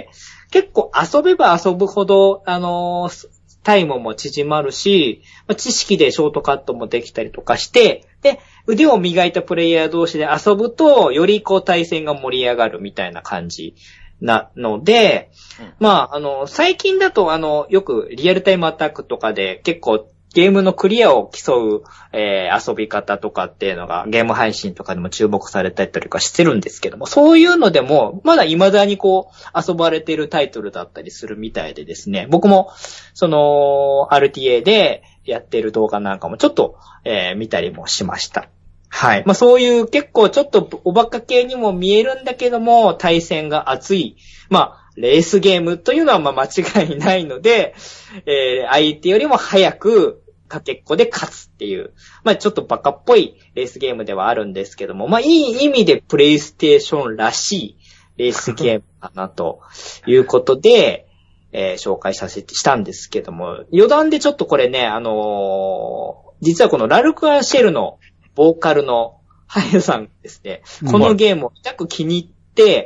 結構遊べば遊ぶほど、あのー、タイムも縮まるし、まあ、知識でショートカットもできたりとかして、で、腕を磨いたプレイヤー同士で遊ぶと、よりこう対戦が盛り上がるみたいな感じ。なので、うん、まあ、あの、最近だと、あの、よくリアルタイムアタックとかで結構ゲームのクリアを競う、えー、遊び方とかっていうのがゲーム配信とかでも注目されたりとかしてるんですけども、そういうのでも、まだ未だにこう、遊ばれているタイトルだったりするみたいでですね、僕も、その、アールティーエー でやってる動画なんかもちょっと、えー、見たりもしました。はい。まあそういう結構ちょっとおバカ系にも見えるんだけども、対戦が熱い。まあ、レースゲームというのはまあ間違いないので、えー、相手よりも早くかけっこで勝つっていう。まあちょっとバカっぽいレースゲームではあるんですけども、まあいい意味でプレイステーションらしいレースゲームかなということで、えー、紹介させてしたんですけども、余談でちょっとこれね、あのー、実はこのラルク・アンシェルのボーカルのハヤさんですね、このゲームを痛く気に入って、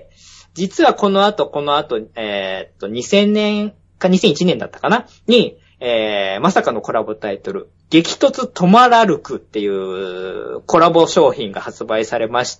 実はこの後、この後、えー、っと、にせんねんかにせんいちねんだったかなに、えー、まさかのコラボタイトル、激突トマラルクっていうコラボ商品が発売されまして、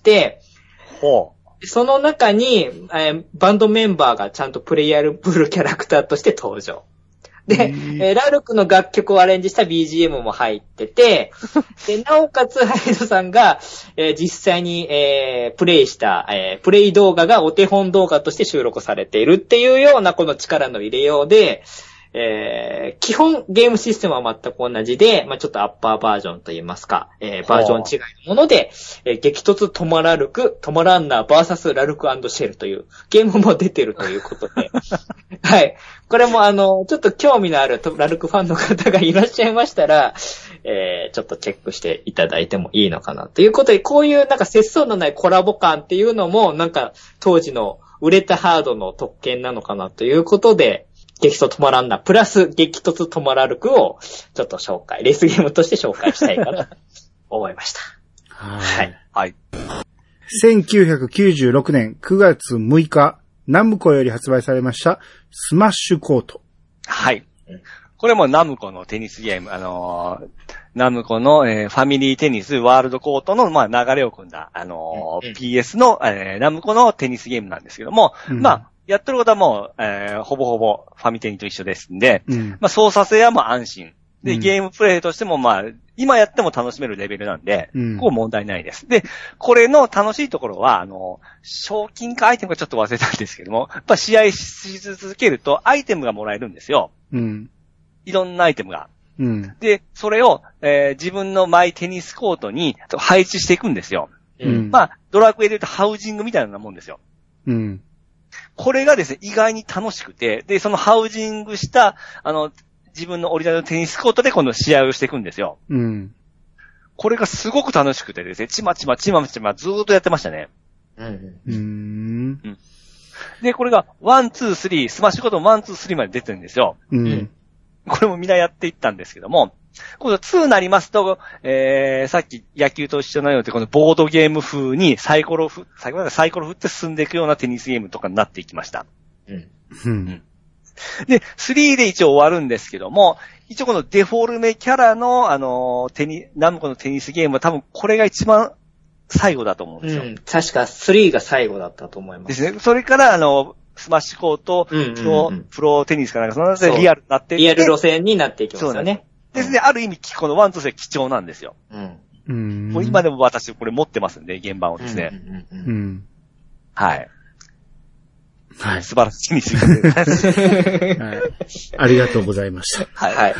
ほうその中に、えー、バンドメンバーがちゃんとプレイヤブルキャラクターとして登場。で、えー、ラルクの楽曲をアレンジした ビージーエム も入ってて、で、なおかつ、ハイドさんが、えー、実際に、えー、プレイした、えー、プレイ動画がお手本動画として収録されているっていうようなこの力の入れようで、えー、基本ゲームシステムは全く同じで、まあ、ちょっとアッパーバージョンといいますか、えー、バージョン違いのもので、えー、激突トマラルク、トマランナー ブイエス ラルク&シェルというゲームも出てるということで、はい。これもあの、ちょっと興味のあるラルクファンの方がいらっしゃいましたら、えー、ちょっとチェックしていただいてもいいのかなということで、こういうなんか節操のないコラボ感っていうのも、なんか当時の売れたハードの特権なのかなということで、激突止まらんな、プラス激突止まらるくをちょっと紹介、レースゲームとして紹介したいかなと思いました。 はい。はい。 せんきゅうひゃくきゅうじゅうろくねんくがつむいか、ナムコより発売されました、スマッシュコート。 はい。これもナムコのテニスゲーム、あのー、ナムコの、えー、ファミリーテニスワールドコートの、まあ、流れを組んだ、あのーうん、ピーエス の、えー、ナムコのテニスゲームなんですけども、うん、まあ、やってることはもう、えー、ほぼほぼファミテニと一緒ですんで、うん、まあ、操作性はもう安心。で、ゲームプレイとしてもまあ、今やっても楽しめるレベルなんで、うん、こう問題ないです。で、これの楽しいところは、あの、賞金かアイテムかちょっと忘れたんですけども、やっぱ試合し続けるとアイテムがもらえるんですよ。うん。いろんなアイテムが。うん。で、それを、えー、自分のマイテニスコートに配置していくんですよ。うん。まあ、ドラクエで言うとハウジングみたいなもんですよ。うん。これがですね、意外に楽しくて、で、そのハウジングした、あの、自分のオリジナルのテニスコートで今度試合をしていくんですよ。うん。これがすごく楽しくてですね、ちまちまちまちまずーっとやってましたね。うん。うーん。うん。で、これが、ワン、ツー、スリー、スマッシュコートワン、ツー、スリーまで出てるんですよ。うん。これもみんなやっていったんですけども、今度ツーになりますと、えー、さっき野球と一緒のように、このボードゲーム風にサイコロふ、サイコロサイコロ振って進んでいくようなテニスゲームとかになっていきました。うん。うん。で、スリーで一応終わるんですけども、一応このデフォルメキャラの、あの、テニ、ナムコのテニスゲームは多分これが一番最後だと思うんですよ。うん、 確かスリーが最後だったと思います。 ですね。それから、あの、スマッシュコート、プロ、うんうん、プロテニスかなんか、その中でリアルになっていって。 リアル路線になっていきますよね。 ですね、ある意味、このワン、ツー、スリー貴重なんですよ。うん。うん。もう今でも私これ持ってますんで、現場をですね。うん。うんうん、はい。はい。素晴らしいにしはい。ありがとうございました。はい。はい。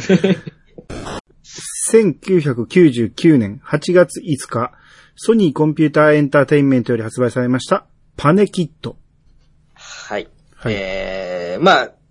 せんきゅうひゃくきゅうじゅうきゅうねんはちがついつか、ソニーコンピューターエンターテインメントより発売されました、パネキット。 はい。はい、えー、まあ、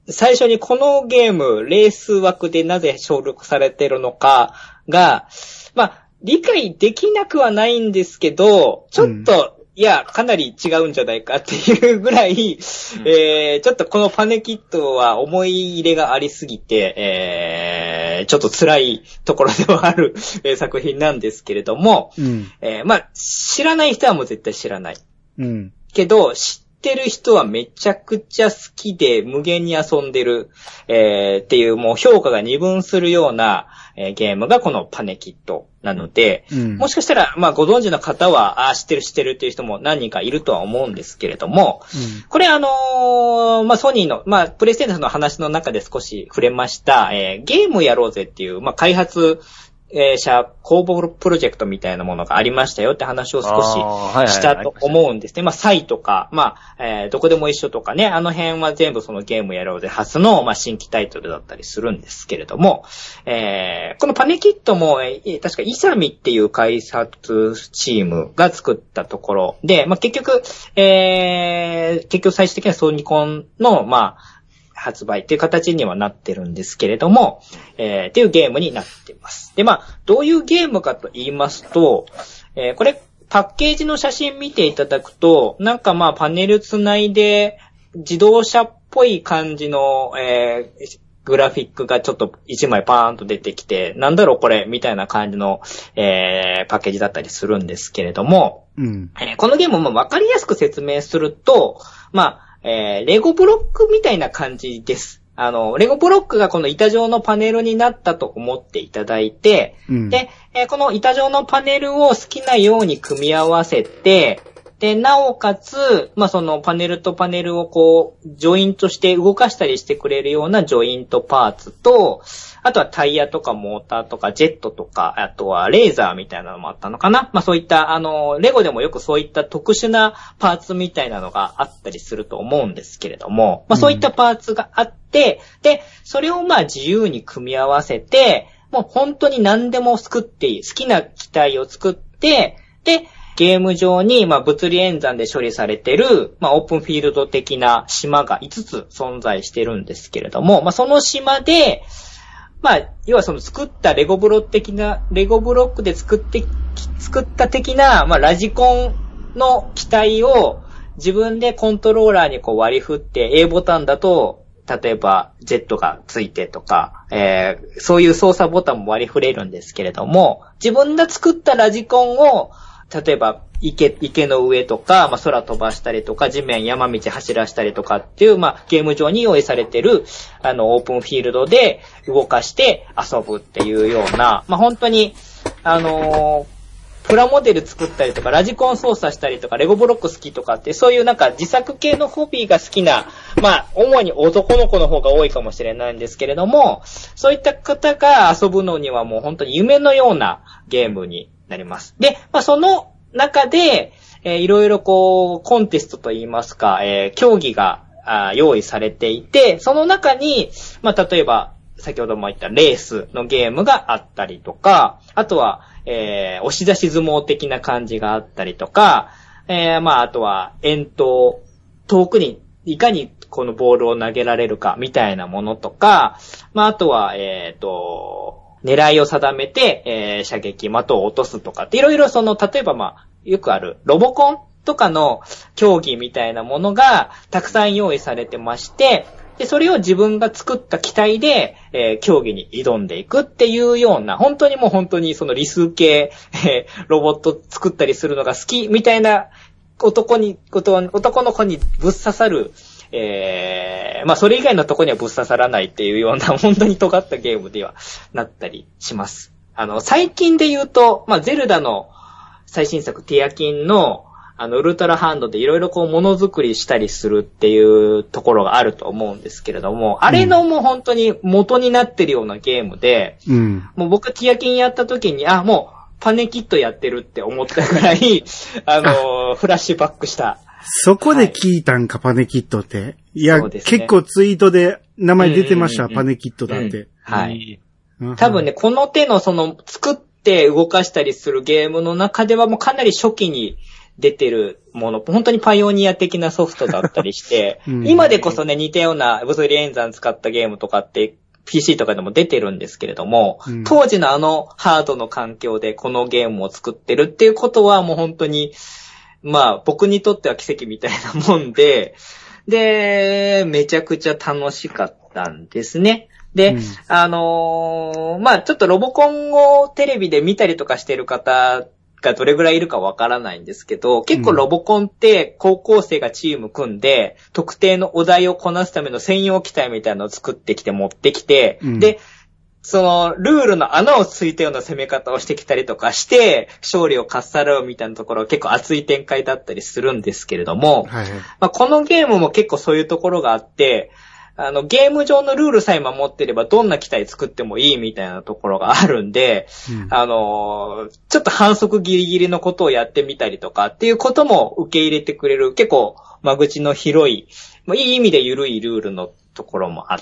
最初にこのゲーム、レース枠でなぜ省力されてるのかが、まあ、理解できなくはないんですけど、ちょっと、うんいや、かなり違うんじゃないかっていうぐらい、うん、えー、ちょっとこのパネキットは思い入れがありすぎて、えー、ちょっと辛いところではある、えー、作品なんですけれども、うんえー、まあ、知らない人はもう絶対知らない。うん、けど、知ってる人はめちゃくちゃ好きで無限に遊んでる、えー、っていうもう評価が二分するような、えー、ゲームがこのパネキットなので、うん、もしかしたら、まあ、ご存知の方は、ああ、知ってる知ってるっていう人も何人かいるとは思うんですけれども、うん、これあのー、まあ、ソニーの、まあ、プレイステーションの話の中で少し触れました、えー、ゲームやろうぜっていう、まあ、開発、えー、社公募プロジェクトみたいなものがありましたよって話を少ししたと思うんですね。まあ、サイとか、まあ、えー、どこでも一緒とかね、あの辺は全部そのゲームやろうぜ初の、まあ、新規タイトルだったりするんですけれども、えー、このパネキットも、えー、確かイサミっていう開発チームが作ったところで、まあ、結局、えー、結局最終的にはソニコンの、まあ、発売っていう形にはなってるんですけれども、えー、っていうゲームになっています。で、まあ、どういうゲームかと言いますと、えー、これ、パッケージの写真見ていただくと、なんかまあ、パネルつないで、自動車っぽい感じの、えー、グラフィックがちょっと一枚パーンと出てきて、なんだろうこれみたいな感じの、えー、パッケージだったりするんですけれども、うんえー、このゲームもわかりやすく説明すると、まあ、えー、レゴブロックみたいな感じです。あの、レゴブロックがこの板状のパネルになったと思っていただいて、うん、で、えー、この板状のパネルを好きなように組み合わせて、で、なおかつ、まあ、そのパネルとパネルをこう、ジョイントして動かしたりしてくれるようなジョイントパーツと、あとはタイヤとかモーターとかジェットとか、あとはレーザーみたいなのもあったのかな。まあ、そういった、あの、レゴでもよくそういった特殊なパーツみたいなのがあったりすると思うんですけれども、まあ、そういったパーツがあって、うん、で、それをまあ自由に組み合わせて、もう本当に何でも作っていい。好きな機体を作って、で、ゲーム上に、まあ、物理演算で処理されている、まあ、オープンフィールド的な島がいつつ存在してるんですけれども、まあ、その島で、まあ、要はその作ったレゴブロ的な、レゴブロックで作って、作った的な、まあ、ラジコンの機体を自分でコントローラーにこう割り振って、A ボタンだと、例えば、ジェットがついてとか、えー、そういう操作ボタンも割り振れるんですけれども、自分が作ったラジコンを、例えば、池、池の上とか、まあ、空飛ばしたりとか、地面、山道走らしたりとかっていう、まあ、ゲーム上に用意されてる、あの、オープンフィールドで動かして遊ぶっていうような、まあ、本当に、あのー、プラモデル作ったりとか、ラジコン操作したりとか、レゴブロック好きとかって、そういうなんか自作系のホビーが好きな、まあ、主に男の子の方が多いかもしれないんですけれども、そういった方が遊ぶのにはもう本当に夢のようなゲームになります。で、まあ、その中で、えー、いろいろこう、コンテストといいますか、えー、競技があ用意されていて、その中に、まあ、例えば、先ほども言ったレースのゲームがあったりとか、あとは、えー、押し出し相撲的な感じがあったりとか、えー、まあ、あとは、遠投、遠くに、いかにこのボールを投げられるか、みたいなものとか、まあ、あとは、えっと、狙いを定めて、えー、射撃、的を落とすとかって、いろいろその、例えばまあ、よくある、ロボコンとかの競技みたいなものが、たくさん用意されてまして、で、それを自分が作った機体で、えー、競技に挑んでいくっていうような、本当にもう本当にその理数系、えー、ロボット作ったりするのが好きみたいな男に、男の子にぶっ刺さる、えー、まあそれ以外のとこにはぶっ刺さらないっていうような本当に尖ったゲームではなったりします。あの、最近で言うと、まあゼルダの最新作ティアキンのあの、ウルトラハンドでいろいろこうものづくりしたりするっていうところがあると思うんですけれども、うん、あれのもう本当に元になってるようなゲームで、うん、もう僕ティアキンやった時に、あ、もうパネキットやってるって思ったぐらい、あの、フラッシュバックした。 そこで聞いたんか、はい、パネキットって。いや、ね、結構ツイートで名前出てました、うんうんうん、パネキットだって。うん、 はい。多分ね、この手のその作って動かしたりするゲームの中ではもうかなり初期に出てるもの、本当にパイオニア的なソフトだったりして、うん、今でこそね、似たような物理演算使ったゲームとかって、ピーシー とかでも出てるんですけれども、うん、当時のあのハードの環境でこのゲームを作ってるっていうことはもう本当に、まあ僕にとっては奇跡みたいなもんで、で、めちゃくちゃ楽しかったんですね。で、うん、あのー、まあちょっとロボコンをテレビで見たりとかしてる方がどれぐらいいるかわからないんですけど、結構ロボコンって高校生がチーム組んで、特定のお題をこなすための専用機体みたいなのを作ってきて持ってきて、うん、で、そのルールの穴をついたような攻め方をしてきたりとかして、勝利をかっさらうみたいなところは結構熱い展開だったりするんですけれども、はい、まあ、このゲームも結構そういうところがあって、あの、ゲーム上のルールさえ守ってればどんな機体作ってもいいみたいなところがあるんで、うん、あの、ちょっと反則ギリギリのことをやってみたりとかっていうことも受け入れてくれる結構間口の広い、まあ、いい意味で緩いルールのところもあって、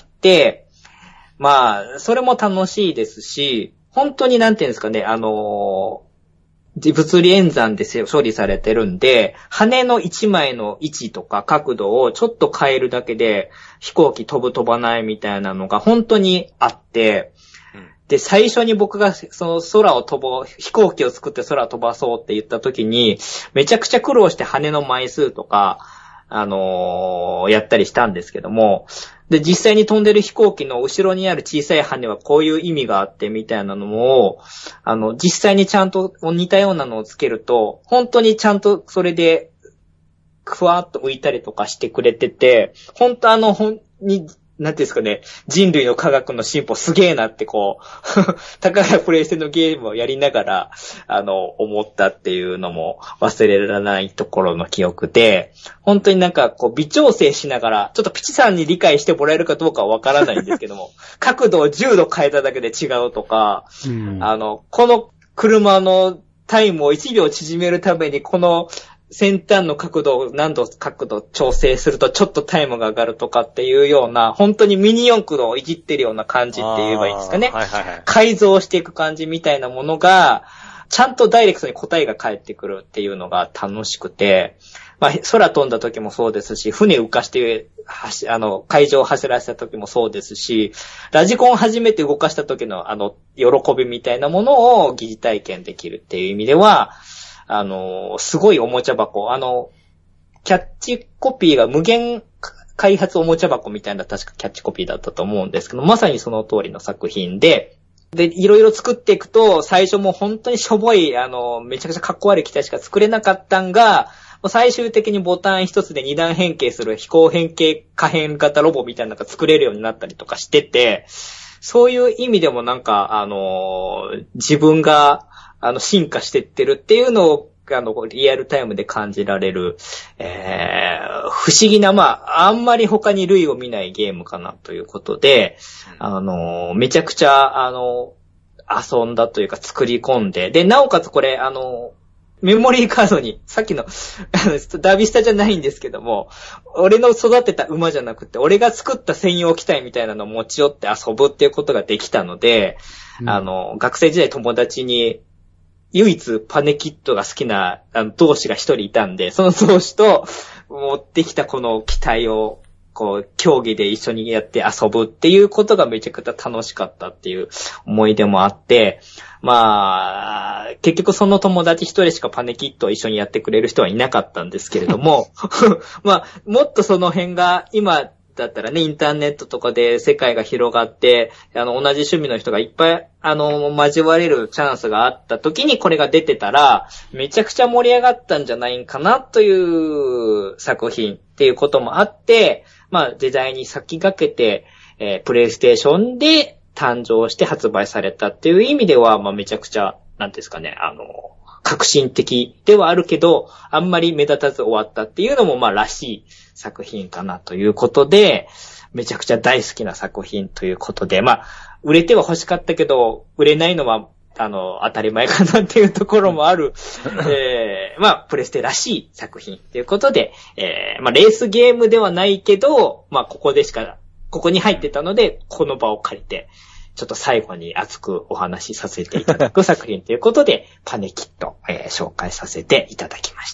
まあ、それも楽しいですし、本当になんていうんですかね、あの、物理演算で処理されてるんで、羽の一枚の位置とか角度をちょっと変えるだけで飛行機飛ぶ飛ばないみたいなのが本当にあって、うん、で、最初に僕がその空を飛ぼう、飛行機を作って空飛ばそうって言った時に、めちゃくちゃ苦労して羽の枚数とか、あのー、やったりしたんですけども、で、実際に飛んでる飛行機の後ろにある小さい羽はこういう意味があってみたいなのを、あの、実際にちゃんと似たようなのをつけると、本当にちゃんとそれで、ふわっと浮いたりとかしてくれてて、本当あの、ほんに、なんていうんですかね、人類の科学の進歩すげえなってこう、たかがプレイステのゲームをやりながら、あの、思ったっていうのも忘れられないところの記憶で、本当になんかこう微調整しながら、ちょっとピチさんに理解してもらえるかどうかはわからないんですけども、角度をじゅうど変えただけで違うとか、うん、あの、この車のタイムをいちびょう縮めるためにこの先端の角度を何度角度調整するとちょっとタイムが上がるとかっていうような、本当にミニ四駆をいじってるような感じって言えばいいんですかね。はいはいはい、改造していく感じみたいなものが、ちゃんとダイレクトに答えが返ってくるっていうのが楽しくて、まあ、空飛んだ時もそうですし、船浮かして、あの、海上を走らせた時もそうですし、ラジコン初めて動かした時のあの、喜びみたいなものを疑似体験できるっていう意味では、あの、すごいおもちゃ箱。あの、キャッチコピーが無限開発おもちゃ箱みたいな確かキャッチコピーだったと思うんですけど、まさにその通りの作品で、で、いろいろ作っていくと、最初もう本当にしょぼい、あの、めちゃくちゃかっこ悪い機体しか作れなかったんが、最終的にボタン一つで二段変形する飛行変形可変型ロボみたいなのが作れるようになったりとかしてて、そういう意味でもなんか、あの、自分が、あの、進化してってるっていうのを、あの、リアルタイムで感じられる、えー、不思議な、まあ、あんまり他に類を見ないゲームかなということで、あの、めちゃくちゃ、あの、遊んだというか作り込んで、で、なおかつこれ、あの、メモリーカードに、さっきの、ダビスタじゃないんですけども、俺の育てた馬じゃなくて、俺が作った専用機体みたいなのを持ち寄って遊ぶっていうことができたので、うん、あの、学生時代友達に、唯一パネキットが好きなあの同志が一人いたんで、その同志と持ってきたこの機体を、こう、競技で一緒にやって遊ぶっていうことがめちゃくちゃ楽しかったっていう思い出もあって、まあ、結局その友達一人しかパネキットを一緒にやってくれる人はいなかったんですけれども、まあ、もっとその辺が今だったらね、インターネットとかで世界が広がって、あの、同じ趣味の人がいっぱい、あの、交われるチャンスがあった時にこれが出てたら、めちゃくちゃ盛り上がったんじゃないかなという作品っていうこともあって、まあ、時代に先駆けて、えー、プレイステーションで誕生して発売されたっていう意味では、まあ、めちゃくちゃ、なんですかね、あの、革新的ではあるけど、あんまり目立たず終わったっていうのも、まあ、らしい作品かなということで、めちゃくちゃ大好きな作品ということで、まあ、売れては欲しかったけど、売れないのは、あの、当たり前かなっていうところもある、えー、まあ、プレステらしい作品ということで、えー、まあ、レースゲームではないけど、まあ、ここでしか、ここに入ってたので、この場を借りて、ちょっと最後に熱くお話しさせていただく作品ということで、パネキット、えー、紹介させていただきました。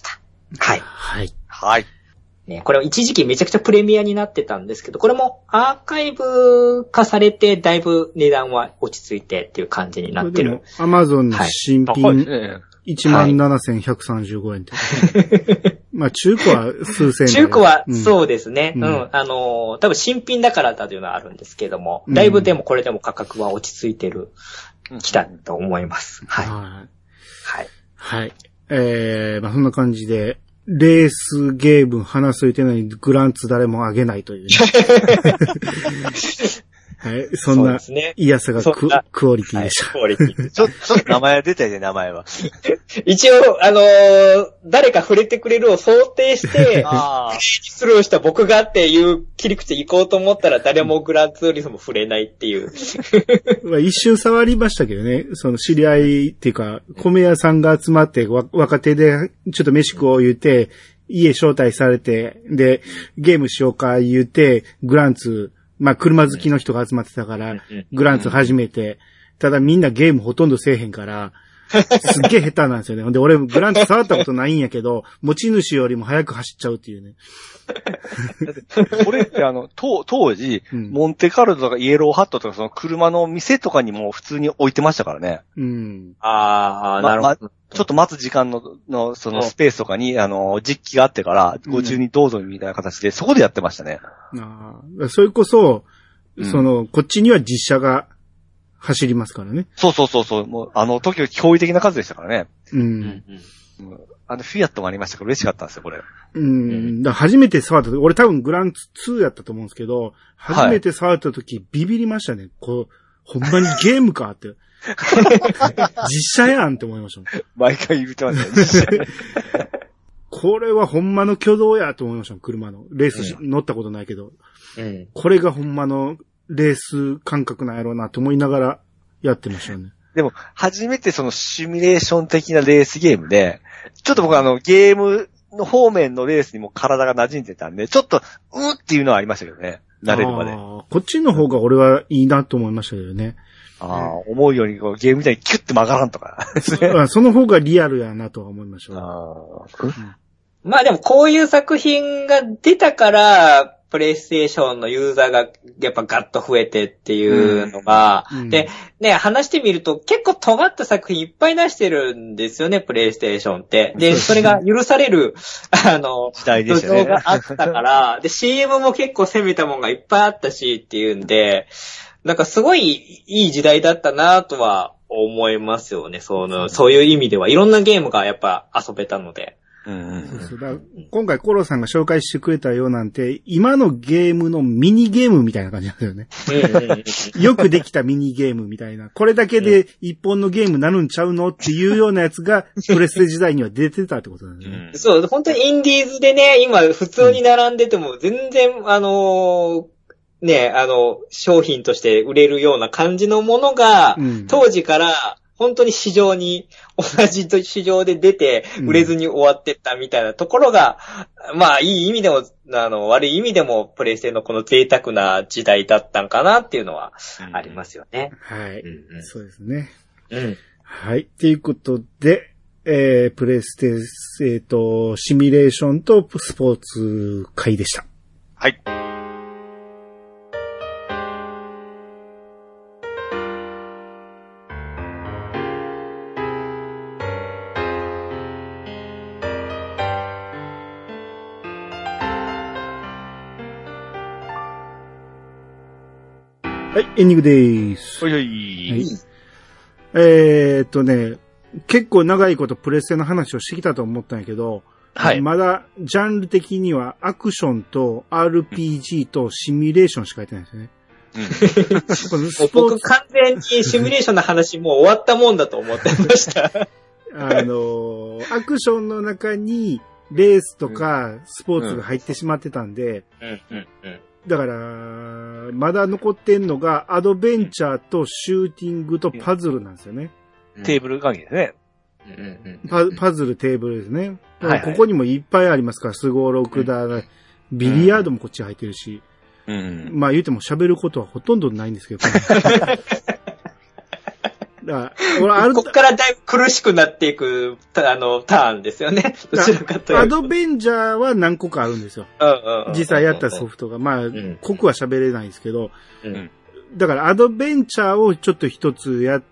はい。 はい。はい。 ね、これは一時期めちゃくちゃプレミアになってたんですけど、これもアーカイブ化されて、だいぶ値段は落ち着いてっていう感じになってる。 アマゾンの新品、はい、いちまんななせんひゃくさんじゅうごえんって。はい、まあ中古は数千円。 中古はそうですね。うん。うん、あのー、多分新品だからだというのはあるんですけども、だいぶでもこれでも価格は落ち着いてる、きたと思います。はい。はい。 はい。はい。えー、まあそんな感じで、レースゲーム話す言ってないのにグランツ誰もあげないという、ね。はい。そんな、嫌さがク、クオリティでした。はい、クオリティ。 ちょ、ちょっと名前出たよね、名前は。 一応、あのー、誰か触れてくれるを想定して、スルーした僕がっていう切り口行こうと思ったら誰もグランツーリスモ触れないっていう。 まあ一瞬触りましたけどね、その知り合いっていうか、米屋さんが集まって若手でちょっと飯食おう言うて、家招待されて、で、ゲームしようか言うて、グランツー、まあ、車好きの人が集まってたから、グランツ始めて、ただみんなゲームほとんどせえへんから、すっげえ下手なんですよね。で、俺グランツ触ったことないんやけど、持ち主よりも早く走っちゃうっていうね。 これってあの、当、当時、うん、モンテカルロとかイエローハットとかその車の店とかにも普通に置いてましたからね。 うん。 ああ、なるほど。まちょっと待つ時間の、の、そのスペースとかに、あの、実機があってから、ご自由にどうぞみたいな形で、うん、そこでやってましたね。 ああ、それこそ、うん、その、こっちには実車が走りますからね。 そうそうそうそう、もう、あの時は驚異的な数でしたからね。 うん。うん、 あの、フィアットもありましたから嬉しかったんですよ、これ。 うん。だ初めて触った時、俺多分グランツツーやったと思うんですけど、初めて触った時、ビビりましたね。こう、ほんまにゲームかって。実写やんって思いました。 毎回言ってますね。 これはほんまの挙動やと思いました。車の。レース、うん、乗ったことないけど、 うん。 これがほんまのレース感覚なんやろうなと思いながらやってましたね。 でも、初めてそのシミュレーション的なレースゲームで、ちょっと僕あの、ゲームの方面のレースにも体が馴染んでたんで、ちょっと、うーっていうのはありましたけどね。慣れるまで。 こっちの方が俺はいいなと思いましたけどね。 ああ、思うようにこうゲームみたいにキュッて曲がらんとか。 その方がリアルやなとは思いました。 あうん、まあでもこういう作品が出たから、プレイステーションのユーザーがやっぱガッと増えてっていうのが、うん、で、ね、話してみると結構尖った作品いっぱい出してるんですよね、プレイステーションって。で、それが許される、あの、 時代でしたね。 土壌があったから、で、シーエム も結構攻めたもんがいっぱいあったしっていうんで、なんかすごいいい時代だったなとは思いますよね。その、そういう意味ではいろんなゲームがやっぱ遊べたので。 うんうん、 そうそうだ今回コロさんが紹介してくれたようなんて、今のゲームのミニゲームみたいな感じなんですよね。よくできたミニゲームみたいな。これだけで一本のゲームなるんちゃうのっていうようなやつが、プレステ時代には出てたってことなんですね。 うん、そう、本当にインディーズでね、今普通に並んでても全然、あのー、ね、あの、商品として売れるような感じのものが、うん、当時から本当に市場に、同じ市場で出て、売れずに終わってったみたいなところが、うん、まあ、いい意味でも、あの、悪い意味でも、プレイステのこの贅沢な時代だったんかなっていうのは、ありますよね。 うん、はい、うんうん。そうですね。 うん。 はい。ということで、えー、プレイステ、えっと、シミュレーションとスポーツ会でした。 はい。 はい、エンディングでーす。 ほいほい。はい、 えーっとね、結構長いことプレステの話をしてきたと思ったんやけど、 はい。 まだ、ジャンル的にはアクションと アールピージー とシミュレーションしか書いてないんですよね。 うん、僕完全にシミュレーションの話もう終わったもんだと思ってました。 あの、アクションの中にレースとかスポーツが入ってしまってたんで、 うんうんうんだから、まだ残ってんのが、アドベンチャーとシューティングとパズルなんですよね。 テーブル関係ですね。 パ, パズル、テーブルですね。 はいはい、 ここにもいっぱいありますから、スゴロクだ、うん、ビリヤードもこっち入ってるし。 うん、 まあ言うても喋ることはほとんどないんですけど。 だ俺あるこっからだいぶ苦しくなっていく、あの、ターンですよね。どちらかというと。 アドベンジャーは何個かあるんですよ。実際やったソフトが。まあ、うん、濃くは喋れないんですけど、うん、だからアドベンチャーをちょっと一つやって、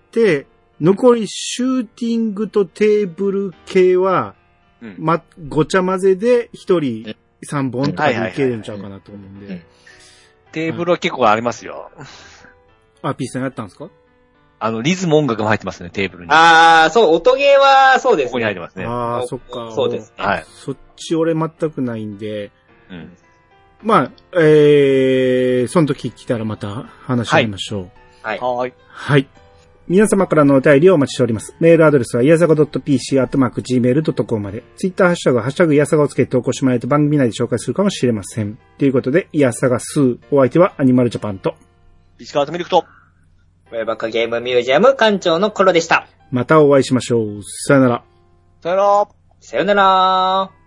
残りシューティングとテーブル系は、うん、ま、ごちゃ混ぜで一人さんぼんとかでいけるんちゃうかなと思うんで。 テーブルは結構ありますよ。 あ、ピースさんやったんですか？ あの、リズム音楽も入ってますね、テーブルに。 ああ、そう、音ゲーはそうですね。 ここに入ってますね。 ああ、そっか。 そうですね。 はい。 そっち俺全くないんで、うん、まあ、えー、その時来たらまた話し合いましょう。 はい。 はい。 はい。皆様からのお便りをお待ちしております。メールアドレスは、いやさが .pc、アットマーク、ジーメール ドットコム まで。ツイッターハッシュタグ、ハッシュタグ、いやさがをつけて投稿してもらえると番組内で紹介するかもしれません。ということで、いやさが数、お相手はアニマルジャパンと、 石川とミルクと、 ウェバカゲームミュージアム館長のコロでした。 またお会いしましょう。さよなら。 さよなら。 さよなら。